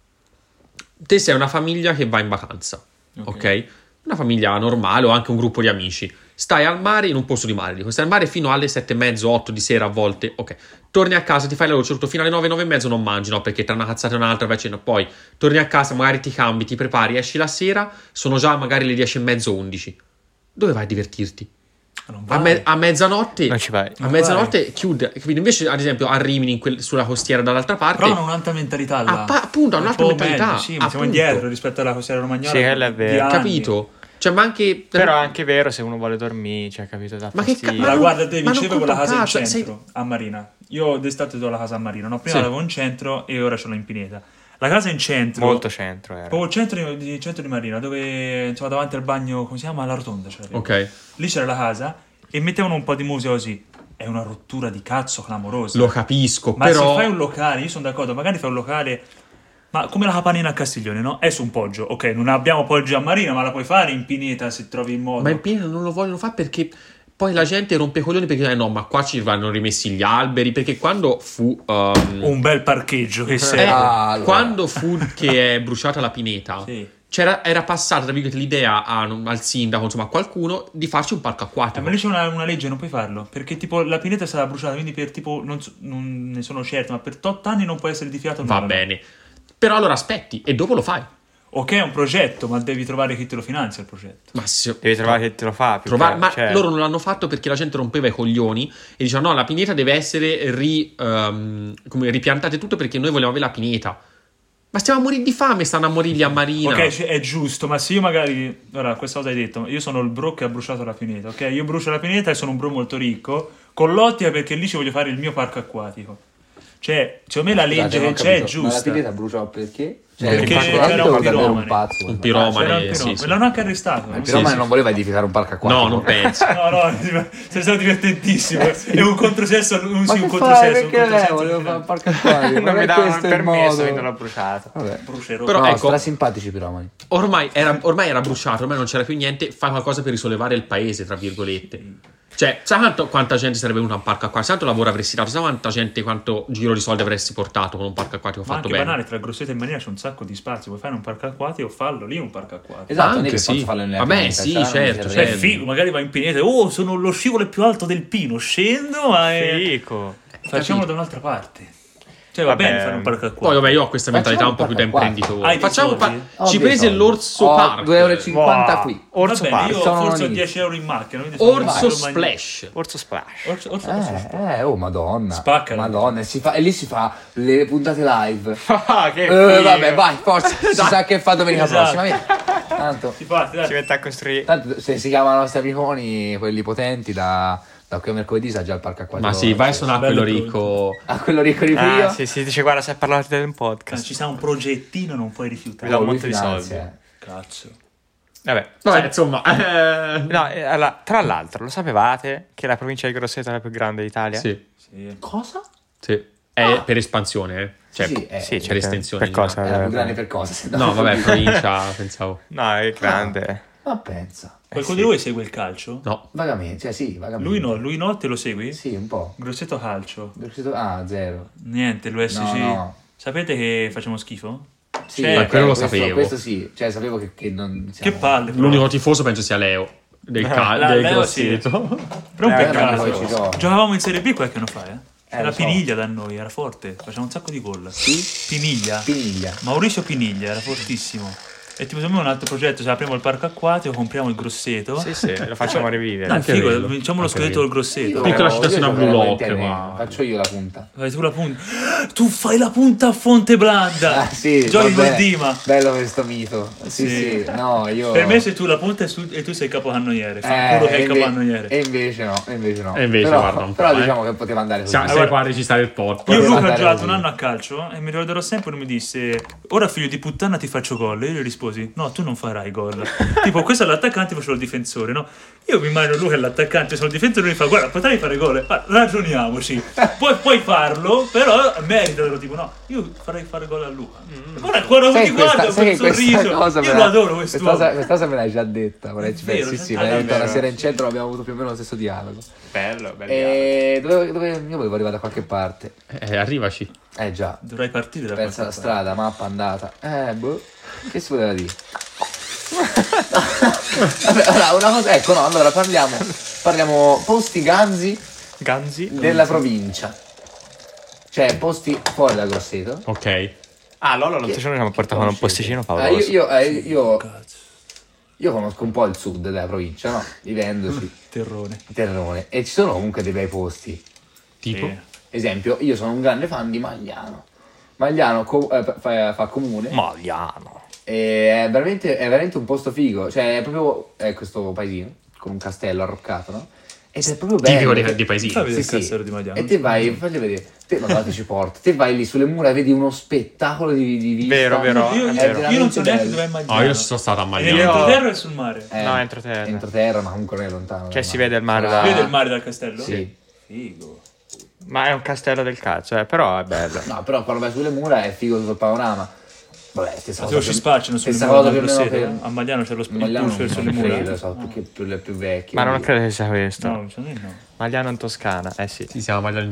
Te sei una famiglia che va in vacanza, ok? Ok. Una famiglia normale o anche un gruppo di amici. Stai al mare in un posto di mare, dico, stai al mare fino alle sette e mezzo, otto di sera a volte, ok. Torni a casa, ti fai la doccia, tutto fino alle nove, nove e mezzo non mangi, no? Perché tra una cazzata e un'altra vai a cena. Poi torni a casa, magari ti cambi, ti prepari, esci la sera, sono già magari le dieci e mezzo, undici. Dove vai a divertirti? Non A, vai. me- a mezzanotte Non ci vai. a mezzanotte chiude, capito? Invece ad esempio a Rimini in quel- sulla costiera dall'altra parte Però hanno un'altra mentalità là. Ah, pa- appunto, hanno Un un'altra po' mentalità, meglio, sì, ma siamo appunto. indietro rispetto alla costiera romagnola. Sì, quello è vero. di anni. capito? Cioè ma anche Però è anche vero se uno vuole dormire, cioè, capito? Da Ma che fastidio. ca- Allora, non- guarda, te ma non vicevo con la conta casa in un cazzo, centro, a Marina. Io d'estate do la casa a Marina, no? Prima Sì. l'avevo in centro e ora ce l'ho in Pineta. La casa in centro... Molto centro era. Proprio il centro di, di- centro di Marina, dove insomma davanti al bagno, come si chiama? La rotonda c'era. Ok, Lì c'era la casa e mettevano un po' di musica così. È una rottura di cazzo clamorosa. lo capisco, Ma però se fai un locale, io sono d'accordo, magari fai un locale, ma come la Capanina a Castiglione, no? È su un poggio, ok, non abbiamo poggi a Marina, ma la puoi fare in Pineta se trovi il modo. ma in Pineta non lo vogliono fare perché poi la gente rompe i coglioni perché eh no, ma qua ci vanno rimessi gli alberi, perché quando fu um, Un bel parcheggio che eh, serve. Ah, allora. quando fu che è bruciata la pineta, Sì. c'era, era passata tra virgolette, l'idea a- al sindaco, insomma a qualcuno, di farci un parco Eh, acquatico. ma lì c'è una, una legge, non puoi farlo, perché tipo la Pineta è stata bruciata, quindi per tipo, non, so- non ne sono certo, ma per otto anni non può essere edificato Va nulla. bene, però allora aspetti e dopo lo fai. Ok, è un progetto, ma devi trovare chi te lo finanzia il progetto. Ma se- Devi trovare chi te lo fa. più Trovare- che- ma cioè, loro non l'hanno fatto perché la gente rompeva i coglioni e diceva no, la pineta deve essere ri, ehm, come, ripiantate tutto perché noi vogliamo avere la pineta. Ma stiamo a morire di fame, stanno a morire lì a Marina. Ok, cioè, è giusto, ma se io magari... Ora, questa cosa hai detto, io sono il bro che ha bruciato la Pineta, ok? Io brucio la Pineta e sono un bro molto ricco, con l'ottica perché lì ci voglio fare il mio parco acquatico. Cioè, secondo me la legge Scusate, non che ho c'è è capito, Ma la giusta. pineta bruciò perché? Perché il c'era parco un acquatico era davvero piromane. un pazzo. Un piromane. C'era il sì, piromane. sì. L'hanno anche arrestato. Ma il Sì, piromane sì. non voleva edificare un parco acquatico. No, non penso. No, no, sei stato divertentissimo. È un controsenso, un Ma sì, che un fai? controsenso. Un Perché lei controsenso voleva di fare un finanza. parco acquatico? non è mi davano il questo il permesso, modo. quindi l'ho bruciato. Vabbè. Brucerò. Però no, ecco- stra simpatici i piromani. Ormai era, ormai era bruciato, ormai non c'era più niente, fai qualcosa per risollevare il paese, tra virgolette. Cioè, sai quanto- quanta gente sarebbe venuta a un parco acquatico? Sai quanto lavoro avresti dato? Sai quanta gente, quanto giro di soldi avresti portato con un parco acquatico Ma fatto anche bene? banale, tra Grosseto e Marina c'è un sacco di spazio. Vuoi fare un parco acquatico? Fallo lì un parco acquatico. Esatto, non è Anche che sì. posso farlo nella Vabbè, pineta, sì, saranno certo, dei Cioè, è terreni. figo, magari vai in Pineta. Oh, sono lo scivolo più alto del Pino. Scendo, ma è... Fico. facciamolo da un'altra parte. Cioè, va Vabbè. bene fare un parco acquatico. Poi vabbè, io ho questa mentalità Facciamo un po' più da un parco acquatico. imprenditore. Hai dei Facciamo un soldi? pa- Ho Ci dei prese soldi. l'orso Ho park. due euro e cinquanta Wow. qui. Orso Vabbè, park. io Sono forse ho lì. dieci euro in macchina. quindi sono Orso ormai- splash. Orso splash. Orso, orso, orso splash. Eh, eh, oh madonna. Spaccano. Madonna, e, si fa, e lì si fa le puntate live. Ah, che Eh, figo. vabbè, vai, forza. Si sa che fa domenica Esatto. prossima. Via. Tanto, Si parte, dai. Si mette a costruire. tanto se si chiamano nostri amiconi, quelli potenti, da, da qui a mercoledì sa già il parco acquatico. Ma sì, vai a suonare Bello quello e ricco. A quello ricco di Ah, Pio. sì, sì, dice guarda se parlate di un Eh, podcast. Ci sta un progettino, non puoi rifiutare. Mi dà un lui monte di finanzia, soldi. eh. Cazzo. Vabbè. Vabbè, insomma. eh, No, eh, allora, tra l'altro, lo sapevate che la provincia di Grosseto è la più grande d'Italia? Sì, Sì. Cosa? sì. È per espansione, eh. Cioè, Sì, sì, eh, Sì, per cioè, estensione. Per cosa? Era più Eh, grande per cosa? se No, vabbè, provincia, pensavo. No, è grande. Ma pensa. Qualcuno sì. di voi segue il calcio? No. Vagamente, cioè sì, vagamente. Lui no, lui no, te lo segui? Sì, un po'. Grosseto calcio. Ah, zero. Niente, l'U S C. No, no. Sapete che facciamo schifo? Sì, Cioè, eh, quello lo questo, sapevo. Questo sì, cioè sapevo che, che non siamo... Che palle. però. L'unico tifoso penso sia Leo. Del, cal- La- del Leo sì. Grosseto. Però un Eh, peccato. poi ci sono. Giocavamo in Serie B qualche anno fa, eh. Eh, Era lo so. Piniglia da noi, era forte. Faceva un sacco di gol. Sì? Piniglia. Piniglia. Mauricio Piniglia era fortissimo. E tipo secondo me un altro progetto, se apriamo il parco acquatico, compriamo il Grosseto. Sì, sì, lo facciamo rivivere. Dai, Anche figo, quello. vinciamo lo Anche scudetto quello. del Grosseto. Io- Piccola io citazione a giocherò Blue Lock, volentieri, ma- Faccio io la punta. Fai tu la punta. Tu fai la punta a Fonte Blanda. Ah sì, Giochi vabbè. col Dima. Bello questo mito. Sì, sì, Sì. no, io... Per me sei tu la punta e, su- e tu sei il capocannoniere. Fa culo che è e il inve- capocannoniere. E invece no, e invece no. E invece, però, guarda un po', però eh. diciamo che poteva andare così. Siamo, Allora- sei qua a registrare il podcast. Io e Poteva Luca ho andare giocato così. un anno a calcio e mi ricorderò sempre lui mi disse ora figlio di puttana ti faccio gol e io gli risposi Tifosi, no, tu non farai gol. Tipo, questo è l'attaccante, facevo il difensore, no? Io mi immagino lui che è l'attaccante, sono il difensore, lui mi fa, guarda, potrai fare gol? Ma ragioniamoci, puoi, puoi farlo, però meritalo, tipo, no, io farei fare gol a Luca. Mm. Guarda, quando Sai ti questa- guardo sai quel che questa sorriso, cosa io me lo la- adoro Questa quest'uomo. cosa, questa cosa me l'hai già detta, vorrei ci vero, pensi. Sì, ah, me l'hai è detta una vero. sera in centro, abbiamo avuto più o meno lo stesso dialogo. Bello, bello. E dove, dove io volevo arrivare da qualche parte. Eh, arrivaci. Eh già, Dovrai partire da persa la qualche parte. strada, mappa andata. Eh, boh, che si poteva dire? Vabbè, allora, una cosa, ecco, no, allora parliamo, parliamo posti ganzi Ganzi? della provincia. Cioè, posti fuori da Grosseto. Ok. Ah, Lolo l'altro giorno ci hanno portato un posticino Ah, io, favoloso. io, eh, io, Cazzo, io conosco un po' il sud della provincia, no? Vivendoci, terrone. Terrone. E ci sono comunque dei bei posti. Tipo? Sì. Esempio, io sono un grande fan di Magliano. Magliano co- eh, fa, fa comune. Magliano. E è veramente, è veramente un posto figo. Cioè, è proprio è questo paesino con un castello arroccato, no? Ed è proprio bello. Tipico di, che- di paesino. Fai vedere Sì, il sì. castello di Magliano. E te vai, fagli vedere. Te, ma guarda, ci porto. Te vai lì sulle mura, vedi uno spettacolo di, di vista. Vero, vero. Io, È io- vero. io non so veramente neanche bello. dove è Magliano. Oh, io sono stato a È Magliano. nell'entroterra e sul mare. Eh, No, entroterra. entroterra, ma comunque non è lontano. Cioè, dal si mare. vede il mare Ah, da- Vede il mare dal castello? Sì. Figo. Ma è un castello del cazzo, eh, però è bello. No, però quando vai sulle mura è figo tutto il panorama. Vabbè, stessa Ma cosa. se ci più- spacciano sulle stessa mura cosa da più o meno Grosseto? per- A Magliano c'è lo sp- il Magliano pusher non sulle non mura? credo, so, più, più, più, più vecchi. Ma non quindi- credo che sia questo. No, secondo me no. Magliano in Toscana, eh sì. Sì, siamo a Magliano.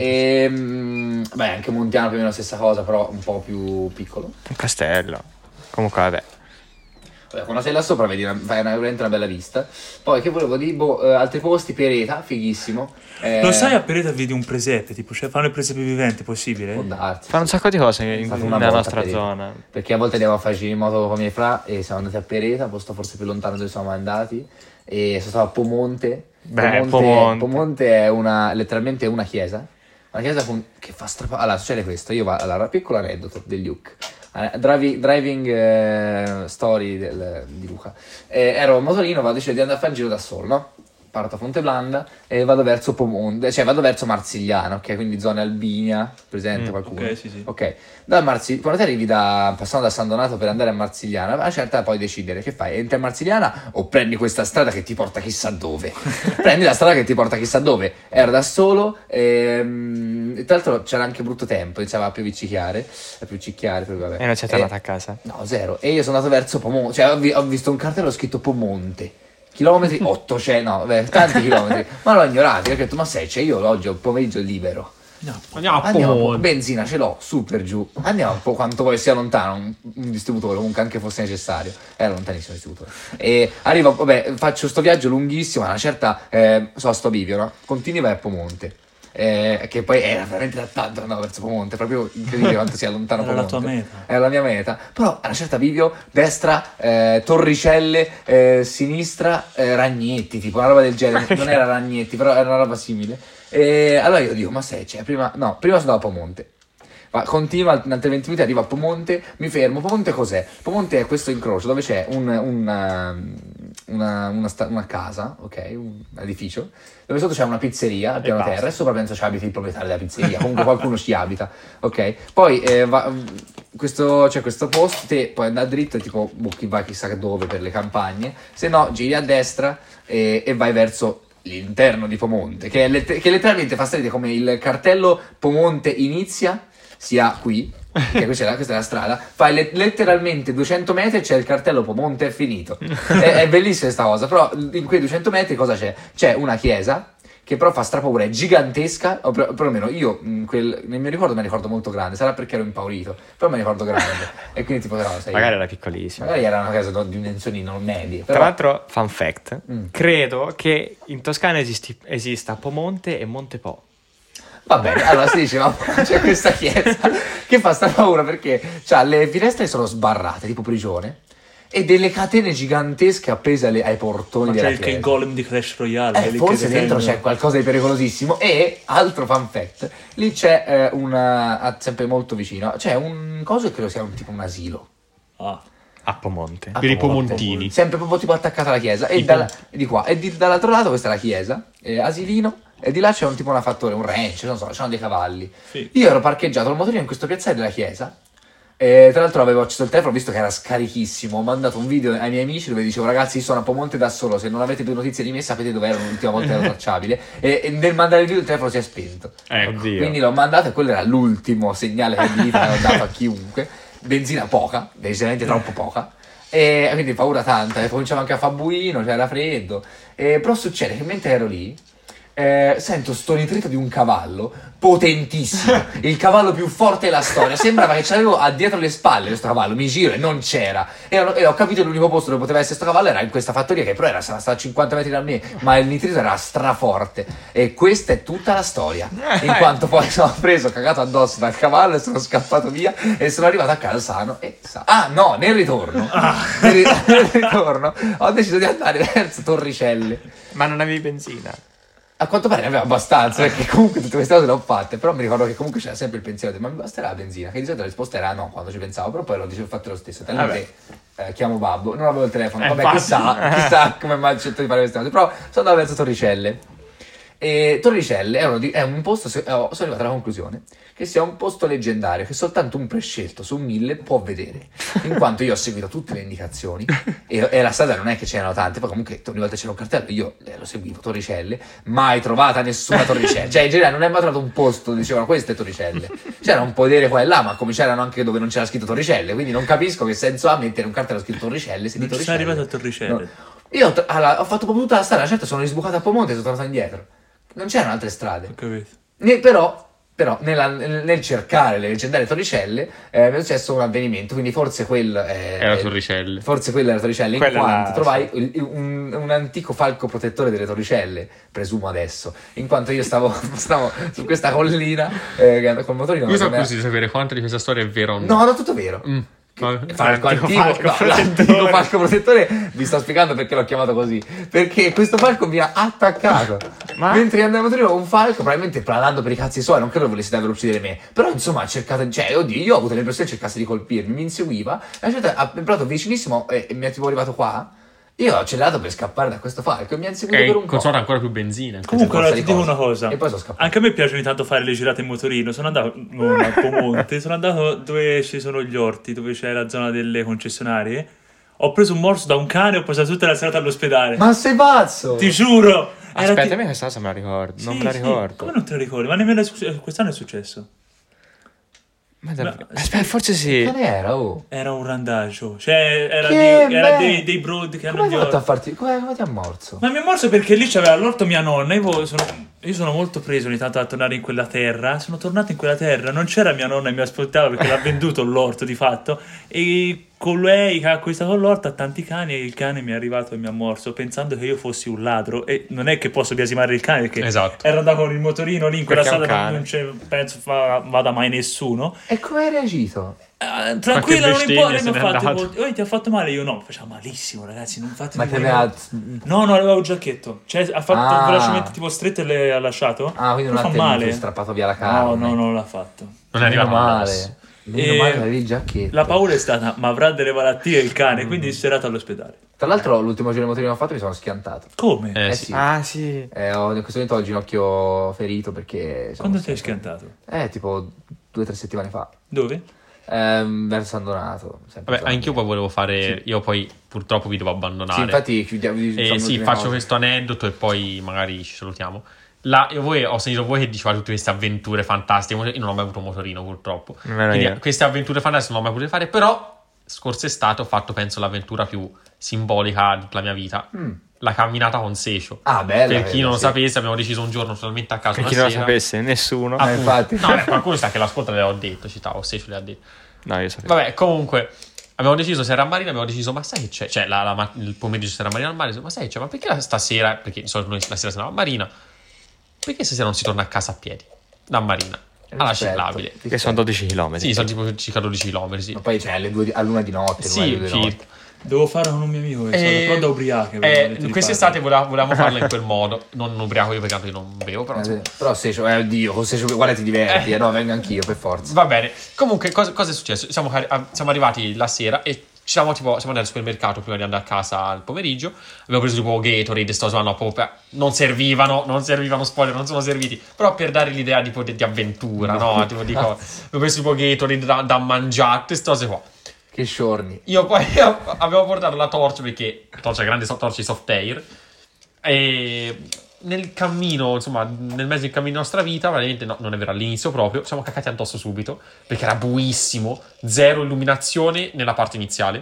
Ehm, beh, anche Montiano più o meno la stessa cosa, però un po' più piccolo. Un castello. Comunque, vabbè. Vabbè, quando sei là sopra vedi una, fai una, veramente una bella vista. Poi che volevo dire, boh, eh, altri posti, Pereta, fighissimo. Eh, Lo sai, a Pereta vedi un presepe, tipo, cioè fanno il presepe vivente, possibile? Può darsi. Fanno un sacco di cose in- È stato una nella volta nostra Pereta. zona. Perché a volte andiamo a farci in moto con i miei fra e siamo andati a Pereta, posto forse più lontano dove siamo mai andati. E sono stato a Pomomonte. Beh, Pomomonte. Pomomonte è una, letteralmente una chiesa. Una chiesa con- che fa strapare. Allora, succede questo. Io vado, allora, piccolo aneddoto del Luke. Eh, drivi- driving eh, story del- di Luca. Eh, ero a motorino, vado decido di andare a fare il giro da solo, no? Parto a Fonteblanda e vado verso Pomomonte, cioè vado verso Marsigliano, ok? Quindi zona Albinia, presente Mm, qualcuno? ok, sì, sì. Ok, da Marsi- quando te arrivi da, passando da San Donato per andare a Marsigliana, a una certa puoi decidere che fai, entri a Marsigliana o prendi questa strada che ti porta chissà dove. Prendi la strada che ti porta chissà dove. Ero da solo, ehm, e tra l'altro c'era anche brutto tempo, iniziava a piovicchiare, a piovicchiare, poi vabbè. E non sei tornato a casa. No, zero. E io sono andato verso Pomomonte, cioè ho, vi- ho visto un cartello scritto Pomonte. Chilometri ottocento, no, vabbè, tanti chilometri. Ma l'ho ignorato, io ho detto, ma sai, cioè io oggi ho il pomeriggio libero. No. Andiamo a Andiamo un po', Pomomonte. benzina ce l'ho, su per giù. Andiamo un po' quanto poi sia lontano un, un distributore, comunque anche fosse necessario. Era lontanissimo il distributore. E arrivo, vabbè, faccio sto viaggio lunghissimo, a una certa, eh, so, sto bivio, no? Continui vai a Pomomonte. Eh, che poi era veramente da tanto andavo verso Pomomonte, proprio incredibile quanto sia lontano Era la Pomomonte. tua meta. Era la mia meta. Però a una certa bivio, destra, eh, Torricelle, eh, sinistra, eh, Ragnetti, tipo una roba del genere. Non era Ragnetti, però era una roba simile. E allora io dico, ma sai, cioè, prima, no, prima sono andato a Pomomonte. Ma continua, in altri venti minuti arrivo a Pomomonte, mi fermo. Pomomonte cos'è? Pomomonte è questo incrocio dove c'è un, una, una, una, sta- una casa, ok, un edificio, dove sotto c'è una pizzeria al piano basta. terra e sopra penso ci abiti il proprietario della pizzeria, comunque qualcuno ci abita, ok? Poi eh, va- questo, c'è questo posto, te puoi andare dritto e tipo buchi vai chissà dove per le campagne, se no giri a destra e, e vai verso l'interno di Pomomonte, che, è let- che letteralmente fa strada come il cartello Pomomonte inizia, sia qui, che questa è la, questa è la strada, fai le- letteralmente duecento metri e c'è il cartello Pomomonte è finito. È, è bellissima questa cosa, però in quei duecento metri cosa c'è? C'è una chiesa che però fa strapaura, è gigantesca, o per- perlomeno io in quel, nel mio ricordo me la ricordo molto grande, sarà perché ero impaurito, però me la ricordo grande, e quindi tipo no, sai, Magari era piccolissimo. magari era una casa no, di dimensioni non medie, Tra però l'altro, fun fact, Mm. credo che in Toscana esisti- esista Pomomonte e Montepo. va bene, allora si dice, ma c'è questa chiesa che fa sta paura perché c'ha le finestre sono sbarrate, tipo prigione, e delle catene gigantesche appese alle- ai portoni Ma c'è della il, che chiesa. il golem di Clash Royale. Eh, che lì forse che dentro difende. c'è qualcosa di pericolosissimo. E altro fun fact, lì c'è eh, una, ah, sempre molto vicino, c'è un coso che credo sia un, tipo un asilo. Ah. A Pomonte. A Per i Pomomonte. Pomontini. Sempre proprio tipo attaccato alla chiesa. E, I dalla- e di qua. E di- dall'altro lato questa è la chiesa, eh, asilino. E di là c'è un tipo una fattoria, un ranch, non so, c'erano dei cavalli. Sì. Io ero parcheggiato il motorino in questo piazzale della chiesa. E tra l'altro avevo acceso il telefono, visto che era scarichissimo, ho mandato un video ai miei amici dove dicevo ragazzi sono a Pomonte da solo, se non avete due notizie di me sapete dove ero l'ultima volta che ero tracciabile e, e nel mandare il video il telefono si è spento. Ecco. Oddio. Quindi l'ho mandato e quello era l'ultimo segnale che di vita ho dato a chiunque. Benzina poca, decisamente troppo poca. E quindi paura tanta, e cominciava anche a far buino, c'era freddo. E, però succede che mentre ero lì eh, sento sto nitrito di un cavallo potentissimo, il cavallo più forte della storia. Sembrava che c'avevo a dietro le spalle questo cavallo, mi giro e non c'era. E ho, e ho capito che l'unico posto dove poteva essere questo cavallo era in questa fattoria, che però era stata a cinquanta metri da me, ma il nitrito era straforte. E questa è tutta la storia. In quanto poi sono preso, cagato addosso dal cavallo e sono scappato via e sono arrivato a casa sano e sa- Ah no, nel ritorno, nel, ri- nel ritorno ho deciso di andare verso Torricelle. Ma non avevi benzina? A quanto pare ne aveva abbastanza, perché comunque tutte queste cose le ho fatte, però mi ricordo che comunque c'era sempre il pensiero di ma mi basterà la benzina, che di solito la risposta era no quando ci pensavo, però poi l'ho dicevo, fatto lo stesso, talmente eh, chiamo Babbo, non avevo il telefono, Eh, vabbè infatti. chissà, chissà come mai ho scelto di fare queste cose, però sono andato verso Torricelle. E Torricelle è, uno di- è un posto, se- oh, sono arrivato alla conclusione che sia un posto leggendario che soltanto un prescelto su mille può vedere, in quanto io ho seguito tutte le indicazioni e, e la strada non è che c'erano tante, poi comunque ogni volta c'era un cartello, io eh, lo seguivo, Torricelle, mai trovata nessuna Torricelle, cioè in generale non è mai trovato un posto dove dicevano queste Torricelle, c'era un podere qua e là, ma come c'erano anche dove non c'era scritto Torricelle, quindi non capisco che senso ha mettere un cartello scritto Torricelle se di Non ci Torricelle. sei arrivato a Torricelle. No. Io ho, t- allora, ho fatto proprio tutta la strada, certo sono risbucato a Pomonte e sono tornato indietro, non c'erano altre strade. Ho capito. Ne- però, però nella- nel, nel cercare le leggendarie Torricelle eh, mi è successo un avvenimento, quindi forse quel eh, Era eh, Torricelle. forse quella era Torricelle, in Quella quanto là, trovai il- il- un, un antico falco protettore delle Torricelle, presumo adesso, in quanto io stavo, stavo su questa collina eh, col motorino. Io sono che mi- curioso di sapere quanto di questa storia è vero o no. No, no, tutto vero. Mm. Ma- Falco L'antico antico, falco no, protettore. l'antico falco protettore, vi sto spiegando perché l'ho chiamato così, perché questo falco mi ha attaccato Ma? mentre andavo in motorino, un falco probabilmente planando per i cazzi suoi, non credo volesse davvero uccidere me, però insomma ha cercato, cioè oddio, io ho avuto l'impressione che cercasse di colpirmi, mi inseguiva, e a una certa ha entrato vicinissimo e, e mi è tipo arrivato qua, io ho accelerato per scappare da questo falco e mi ha inseguito per E un po'. consumata ancora più benzina. Comunque, forza allora, ti di dico cose. una cosa. E poi sono scappato. Anche a me piace ogni tanto fare le girate in motorino. Sono andato non a Pomonte, sono andato dove ci sono gli orti, dove c'è la zona delle concessionarie. Ho preso un morso da un cane e ho passato tutta la serata all'ospedale. Ma sei pazzo? Ti giuro! Era Aspetta, ti- a me questa cosa me la ricordo, non Sì, me la sì. ricordo. Come non te la ricordi? Ma nemmeno è successo- quest'anno è successo. Ma davvero? Ma- Aspetta, forse sì. Che era, oh? Era un randaggio. Cioè, era, Che di- era bello. dei, dei broad che hanno Come gli hai fatto a orti. farti, come, come ti ha morso? Ma mi è morso perché lì c'aveva l'orto mia nonna. Io sono, io sono molto preso ogni tanto a tornare in quella terra. Sono tornato in quella terra. Non c'era mia nonna e mi aspettava perché l'ha venduto l'orto di fatto. E con lei che ha acquistato l'orto ha tanti cani e il cane mi è arrivato e mi ha morso pensando che io fossi un ladro. E non è che posso biasimare il cane perché Esatto. ero andato con il motorino lì in quella Perché è un strada. cane. Non c'è, penso fa- vada mai nessuno. E come hai reagito? Eh, tranquilla, non bestemmia importa. se Mi ha n'è fatto, andato. "Oh, ti ha fatto male?" Io no, faceva malissimo, ragazzi. Non fatemi Ma ti morire. aveva... No, no, aveva un giacchetto. Cioè, ha fatto Ah. velocemente tipo stretto e le ha lasciato. Ah, quindi non fa ha tenuto, male. strappato via la No, carne. no, non l'ha fatto. Non è arrivato Meno male. male. Meno E- male che avevi il giacchetto. La paura è stata, ma avrà delle malattie il cane, Mm. quindi serata all'ospedale. Tra l'altro, l'ultimo giro di motorino che ho fatto mi sono schiantato. Come? Eh, Eh sì. sì. Ah, sì. Eh, ho, in questo momento ho il ginocchio ferito perché... sono Quando ti hai stato- schiantato? Eh, tipo due o tre settimane fa. Dove? Ehm, verso San Donato. sempre Vabbè, zona. anch'io poi volevo fare. Io poi purtroppo vi devo abbandonare. Sì, infatti chiudiamo. Eh, diciamo, sì, l'ultima faccio cosa. questo aneddoto e poi magari ci salutiamo. Là, io voi, ho sentito voi che dicevate tutte queste avventure fantastiche. Io non ho mai avuto un motorino, purtroppo. Nemmeno Quindi io. queste avventure fantastiche non ho mai potuto fare. Però, scorso estate ho fatto, penso, l'avventura più simbolica di tutta la mia vita. Mm. La camminata con Secio. Ah, bella. Per chi quella, non lo sì. sapesse, abbiamo deciso un giorno totalmente a caso. Per una chi non lo sera. sapesse, nessuno. Ah, infatti. No, beh, qualcuno sa che l'ascolta le ho detto, citavo, Secio le ha detto. No, io sapevo. Vabbè, comunque, abbiamo deciso Sera a Marina, abbiamo deciso, ma sai che c'è? Cioè, la, la ma- il pomeriggio Sera a Marina al mare, ma sai che c'è? Ma perché la- stasera, perché di solito noi la sera siamo a Marina, perché stasera non si torna a casa a piedi? Da Marina, alla Rispetto, ciclabile. rispetto. Che sono dodici chilometri. Sì, sono tipo circa dodici chilometri, sì. Ma poi c'è alle due di- a luna di notte. Sì, ormai, alle due di sì. notte. Devo fare con un mio amico che Eh, sono però da ubriache. Eh, quest'estate volevamo, volevamo farla in quel modo, non ubriaco io perché tanto io non bevo, però insomma. Eh, Però Secio, eh, oddio, con Secio, guarda ti diverti, eh, no, vengo anch'io per forza. Va bene. Comunque, cosa, cosa è successo? Siamo, cari- ah, siamo arrivati la sera e Ci siamo, tipo, siamo andati al supermercato prima di andare a casa al pomeriggio. Abbiamo preso tipo Gatorade, sto no, proprio per- non servivano, non servivano spoiler, non sono serviti. Però per dare l'idea tipo di, di avventura, no? Tipo, dico, abbiamo preso tipo Gatorade da, da mangiare, queste cose qua. Che sciorni. Io poi avevo portato la torcia perché la torcia grande, torcia di soft air. E nel cammino, insomma, nel mezzo del cammino della nostra vita, veramente no, non è vero, all'inizio proprio, siamo cacati addosso subito perché era buissimo, zero illuminazione nella parte iniziale.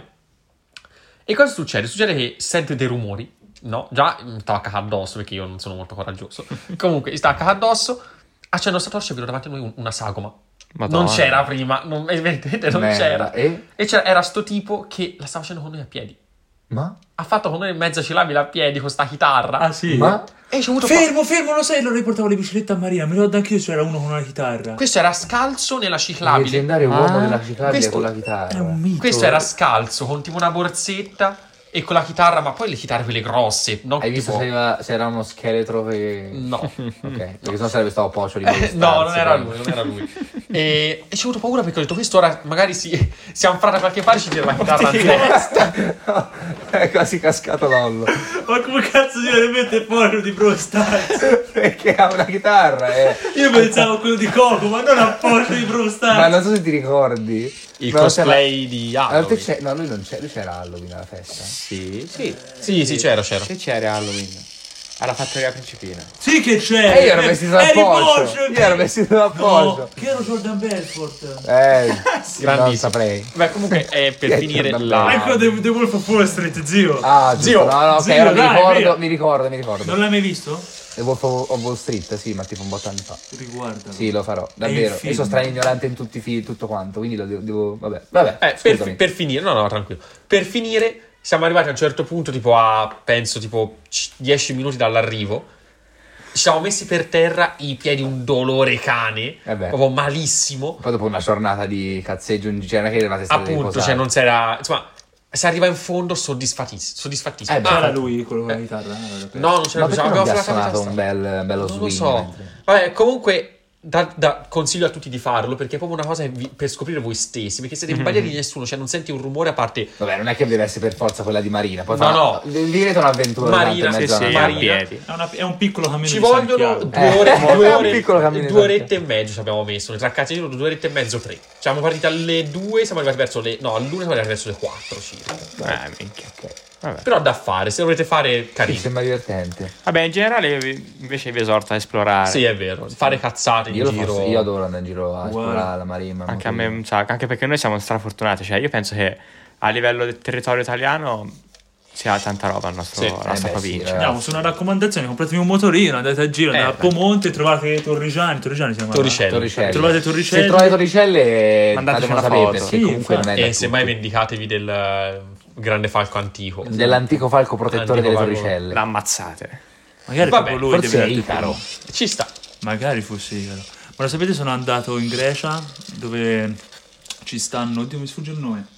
E cosa succede? Succede che sento dei rumori, no? Già mi stava cacando addosso perché io non sono molto coraggioso. Comunque, mi stava cacando addosso, accendo sta torcia e vedo davanti a noi un- una sagoma. Madonna. Non c'era prima, non, evidentemente non Merda, c'era. e? E c'era, era sto tipo che la stava facendo con noi a piedi. Ma? Ha fatto con noi mezza cilabile a piedi con sta chitarra. Ah sì? Ma? E ci ho avuto Fermo, fermo, lo sai, allora riportavo le biciclette a Maria. Mi ricordo anche io c'era uno con una chitarra. Questo era scalzo nella Il ciclabile. leggendario uomo Ah, della ciclabile questo con la chitarra. È un mito. Questo era scalzo con tipo una borsetta e con la chitarra, ma poi le chitarre quelle grosse, no? Hai visto Tipo- se, aveva- se era uno scheletro che... No. Ok, perché sennò sarebbe stato Pocio di Eh, no, non era lui, non era lui. E, e ci ho avuto paura perché ho detto questo ora magari si, si anfrana da qualche parte e ci tira la chitarra in testa. È quasi cascato Lollo. Ma come cazzo si deve mettere fuori di Brawl Stars? Perché ha una chitarra, eh. Io pensavo a quello di Coco, ma non a Porsche di Brawl Ma Stars. non so se ti ricordi. Il No, cosplay di c'era- Halloween. Allora, te c'è- No, lui non c'è, lui c'era Halloween alla festa. Sì, sì. Sì, sì, c'era, c'era. Che c'era Halloween? Alla fattoria principina. Sì che c'è. E io ero vestito da Eri Pocio. Porsche, Io ero vestito da No, Pocio. che ero Jordan Belfort. Eh, non Grandissimo. saprei. Beh, comunque è per Che finire Jordan la... Ma è quello di The Wolf of Wall Street, zio. Ah, giusto. Zio, no, no, ok, zio, ora mi dai, ricordo, via. mi ricordo, mi ricordo. Non l'hai mai visto? The Wolf of Wall Street, sì, ma tipo un botto anni fa. Riguarda. Sì, lo farò, il davvero. film. Io sono strano ignorante in tutti i film, tutto quanto, quindi lo devo... devo- vabbè, vabbè, Eh, per, scusami. per finire, no, no, tranquillo. Per finire, siamo arrivati a un certo punto, tipo a, penso, tipo dieci minuti dall'arrivo. Ci siamo messi per terra, i piedi un dolore cane, Eh beh. proprio malissimo. Poi dopo una giornata di cazzeggio in c'era che eravate stati Appunto, riposati. cioè non si era... Insomma, si arriva in fondo soddisfatissimo. soddisfattissimo. Eh, beh, Ah, C'era lui quello con la chitarra. eh, no, non c'era Ma perché non abbiamo vi ha fatto la suonato testa. un bel, bello Non lo swing? so. mentre- Vabbè, comunque da, da- consiglio a tutti di farlo perché è proprio una cosa che vi- per scoprire voi stessi. Perché siete in balia di nessuno, cioè non senti un rumore a parte. Vabbè, non è che deve essere per forza quella di Marina. Poi No, fa- no. Vivete un'avventura Marina, durante sì, mezzo sì, alla Marina. nave. piedi. È, una- è un piccolo cammino Ci di vogliono Santiago. due Eh, ore, è due, un ore, piccolo cammino due di orette e mezzo ci abbiamo messo. Tra Catenino, due orette e mezzo, tre. Siamo partiti alle due, siamo arrivati verso le. No, all'una siamo arrivati verso le quattro circa. Eh, minchia. Vabbè. Però da fare, se lo volete fare, Sì, carino. sembra divertente. Vabbè, in generale vi- invece vi esorto a esplorare. Sì, è vero. Fare cazzate in Io, lo giro. faccio, io adoro andare in giro a Uguale. esplorare la Marina. Anche a me un sacco, anche perché noi siamo strafortunati. Cioè, io penso che a livello del territorio italiano sia tanta roba al nostro, Sì. la nostra Eh beh, sì, provincia. eh. Andiamo su una raccomandazione, compratevi un motorino, andate a giro, andate Eh, a Pomonte, trovate Torrigiani, Torrigiani si chiama. Torricelli. Torricelli. Trovate Torricelli. Se trovate Torricelli, Mandateci fatemelo una sapere foto. perché Sì, comunque non è infatti. da E semmai tutti. vendicatevi del eh, grande falco antico. Dell'antico falco protettore Antico delle falco. Torricelle. L'ammazzate. Magari Vabbè, proprio lui forse deve è darti Icaro. più. Ci sta. Magari fosse Icaro. Ma lo sapete, sono andato in Grecia dove ci stanno, oddio mi sfugge il nome,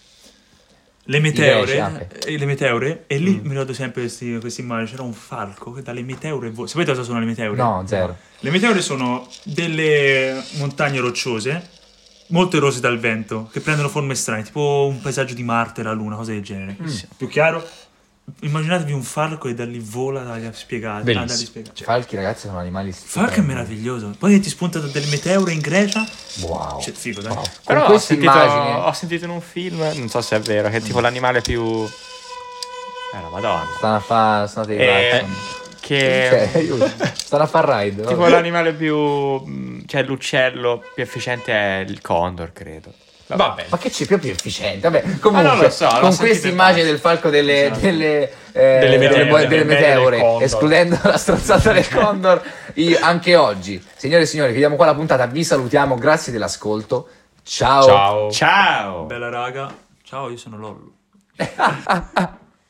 le greci, meteore, ah, eh, le meteore, e lì mi ricordo sempre questi, queste immagini, c'era un falco che dalle meteore vola. Sapete cosa sono le meteore? No, zero. Le meteore sono delle montagne rocciose, molto erose dal vento, che prendono forme strane, tipo un paesaggio di Marte, la Luna, cose del genere. Più chiaro? Immaginatevi un falco e da lì vola da spiegare. Bellissimo. da lì spiegare. I falchi, ragazzi, sono animali Falco è meraviglioso. Poi che ti spunta delle meteore in Grecia. Wow. C'è figo, dai. Wow. Però Con ho queste sentito, immagini... ho sentito in un film, non so se è vero, che è tipo l'animale più... Eh, la madonna. Stanno a fare... Sono dei Eh, clacson. che... Cioè, aiuto. Stanno a fare ride. Tipo vabbè. l'animale più... mh, cioè l'uccello più efficiente è il condor, credo. Vabbè. Ma che c'è più più efficiente? Vabbè, comunque, non lo so, l'ho con sentito queste in immagini passo. del falco delle, delle, eh, Delle meteore, delle, delle delle meteore del meteore, Condor. escludendo la stronzata del Condor, io, anche oggi, signore e signori, chiudiamo qua la puntata, vi salutiamo, grazie dell'ascolto, ciao. Ciao. Ciao! Bella raga. Ciao, io sono Lollo.